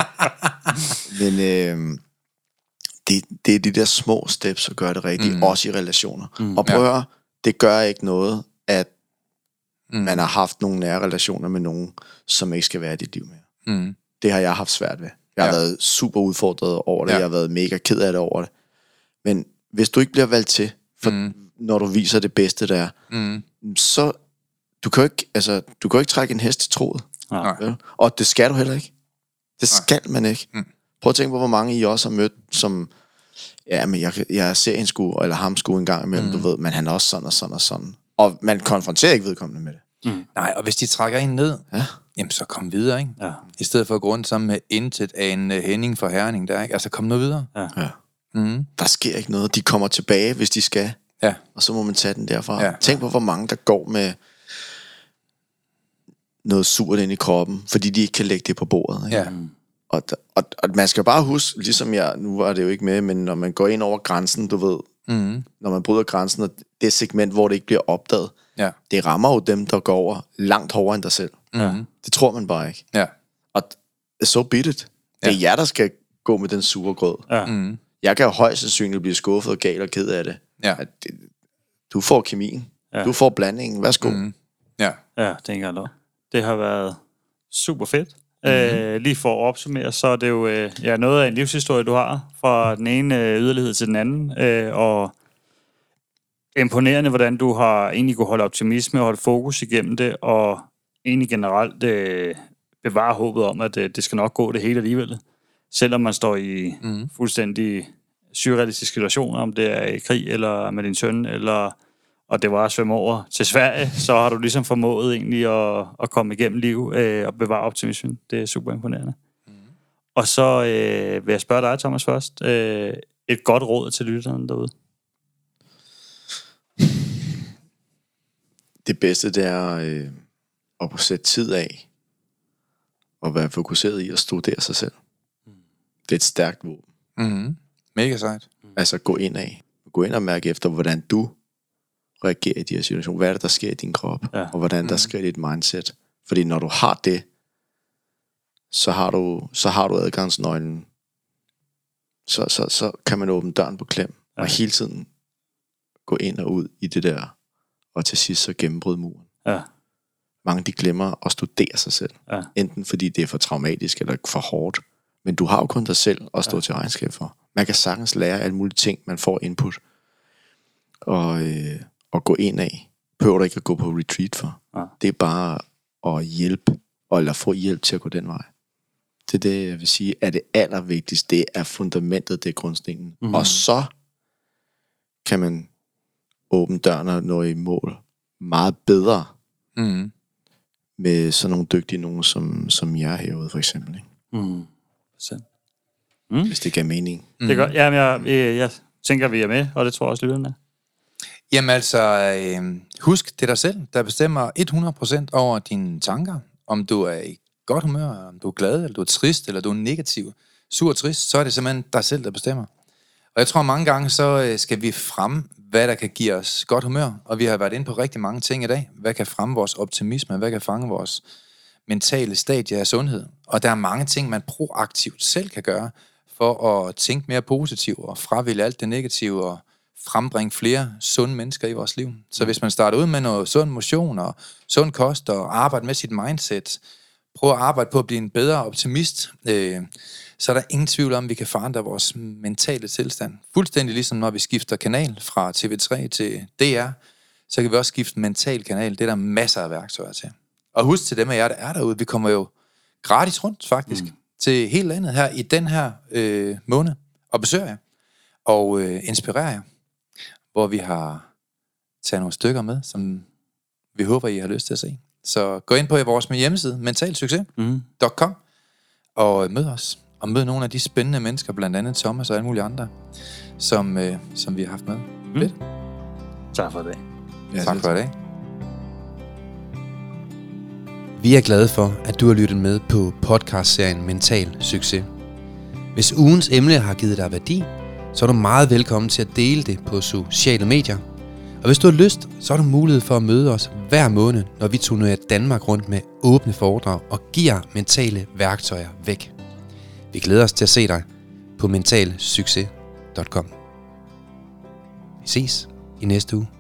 Men øh, det, det er de der små steps, der gør det rigtigt, mm. også i relationer. Mm. Og prøv at høre, det gør ikke noget, at mm. man har haft nogle nære relationer med nogen, som ikke skal være i dit liv mere. Mm. Det har jeg haft svært ved. Jeg har ja. været super udfordret over det. Ja. Jeg har været mega ked af det over det. Men hvis du ikke bliver valgt til, for mm. når du viser det bedste der, mm. så du kan jo ikke, altså, du kan jo ikke trække en hest til troet. Ja. Og det skal du heller ikke. Det skal Nej. man ikke. Mm. Prøv at tænke på, hvor mange I også har mødt, som, ja, men jeg, jeg ser en sku, eller ham sku en gang imellem, mm. du ved, men han er også sådan og sådan og sådan. Og man konfronterer ikke vedkommende med det. Mm. Nej, og hvis de trækker en ned, ja. jamen så kom videre, ikke? Ja. I stedet for at gå rundt sammen med intet af en uh, Henning for Herning der, ikke? Altså kom nu videre. Ja. Ja. Mm. Der sker ikke noget. De kommer tilbage, hvis de skal. Ja. Og så må man tage den derfra. Ja. Tænk på, hvor mange der går med noget surt ind i kroppen, fordi de ikke kan lægge det på bordet. Ikke? Ja. Og, og, og man skal bare huske, ligesom jeg, nu var det jo ikke med, men når man går ind over grænsen, du ved, mm. når man bryder grænsen, og det segment, hvor det ikke bliver opdaget, ja. det rammer jo dem, der går over langt hårdere end dig selv. Mm. Det tror man bare ikke. Ja. Og så be it. Det er ja. jer, der skal gå med den sure grød. Ja. Mm. Jeg kan jo højst sandsynligt blive skuffet og gal og ked af det. Ja. At det du får kemien. Ja. Du får blandingen. Værsgo. Mm. Ja. Ja, det er ikke engang lov. Det har været super fedt. Mm-hmm. Øh, lige for at opsummere, så er det jo øh, ja, noget af en livshistorie, du har, fra den ene øh, yderlighed til den anden, øh, og imponerende, hvordan du har egentlig kunne holde optimisme og holde fokus igennem det, og egentlig generelt øh, bevare håbet om, at øh, det skal nok gå det hele alligevel. Selvom man står i mm. fuldstændig surrealistiske situationer, om det er i krig, eller med din søn, eller og det var at svømme over til Sverige, så har du ligesom formået egentlig at, at komme igennem liv øh, og bevare optimismen. Det er super imponerende. Mm. Og så øh, vil jeg spørge dig, Thomas, først. Øh, et godt råd til lytterne derude. Det bedste, det er øh, at sætte tid af og være fokuseret i at studere sig selv. Mm. Det er et stærkt våben. Mm. Mega sejt. Mm. Altså gå ind af. Gå ind og mærke efter, hvordan du reagerer i de her situationer. Hvad er det, der sker i din krop? Ja. Og hvordan der mm. sker i dit mindset? Fordi når du har det, så har du, så har du adgangsnøglen. Så, så, så kan man åbne døren på klem. Ja. Og hele tiden gå ind og ud i det der. Og til sidst så gennembryde muren. Ja. Mange de glemmer at studere sig selv. Ja. Enten fordi det er for traumatisk eller for hårdt. Men du har jo kun dig selv at stå ja. til regnskab for. Man kan sagtens lære alle mulige ting, man får input. Og, øh, og gå ind af. Behøver du ikke at gå på retreat for. Ja. Det er bare at hjælpe, eller få hjælp til at gå den vej. Det er det, jeg vil sige, er det allervigtigste. Det er fundamentet, det er grundstenen. Mm-hmm. Og så kan man åbne døren og nå i mål meget bedre mm. med sådan nogle dygtige nogen, som, som jeg herude for eksempel. Ikke? Mm. mm. hvis det giver mening. Mm. Det gør, jamen, jeg, jeg, jeg tænker, vi er med, og det tror jeg også, lytterne er. Jamen altså, øh, husk, det er dig selv, der bestemmer hundrede procent over dine tanker. Om du er i godt humør, om du er glad, eller du er trist, eller du er negativ, sur og trist, så er det simpelthen dig selv, der bestemmer. Og jeg tror, mange gange, så skal vi frem, hvad der kan give os godt humør. Og vi har været inde på rigtig mange ting i dag. Hvad kan fremme vores optimisme? Hvad kan fange vores mentale stadie af sundhed? Og der er mange ting, man proaktivt selv kan gøre, for at tænke mere positivt og fravælge alt det negative og frembringe flere sunde mennesker i vores liv. Så hvis man starter ud med noget sund motion og sund kost og arbejde med sit mindset, prøv at arbejde på at blive en bedre optimist, øh, så er der ingen tvivl om, at vi kan forandre vores mentale tilstand. Fuldstændig ligesom når vi skifter kanal fra T V tre til D R, så kan vi også skifte mental kanal. Det er der masser af værktøjer til. Og husk til dem af jer, der er derude, vi kommer jo gratis rundt faktisk mm. til hele landet her i den her øh, måned og besøger jer og øh, inspirerer jer, hvor vi har taget nogle stykker med, som vi håber, I har lyst til at se. Så gå ind på vores hjemmeside, mentalsucces punktum com, mm. og mød os. Og mød nogle af de spændende mennesker, blandt andet Thomas og alle mulige andre, som, øh, som vi har haft med. Mm. Fedt. Tak for det. Ja, tak for det. Vi er glade for, at du har lyttet med på podcastserien Mental Succes. Hvis ugens emne har givet dig værdi, så er du meget velkommen til at dele det på sociale medier. Og hvis du har lyst, så har du mulighed for at møde os hver måned, når vi turnerer Danmark rundt med åbne foredrag og giver mentale værktøjer væk. Vi glæder os til at se dig på mental succes punktum com. Vi ses i næste uge.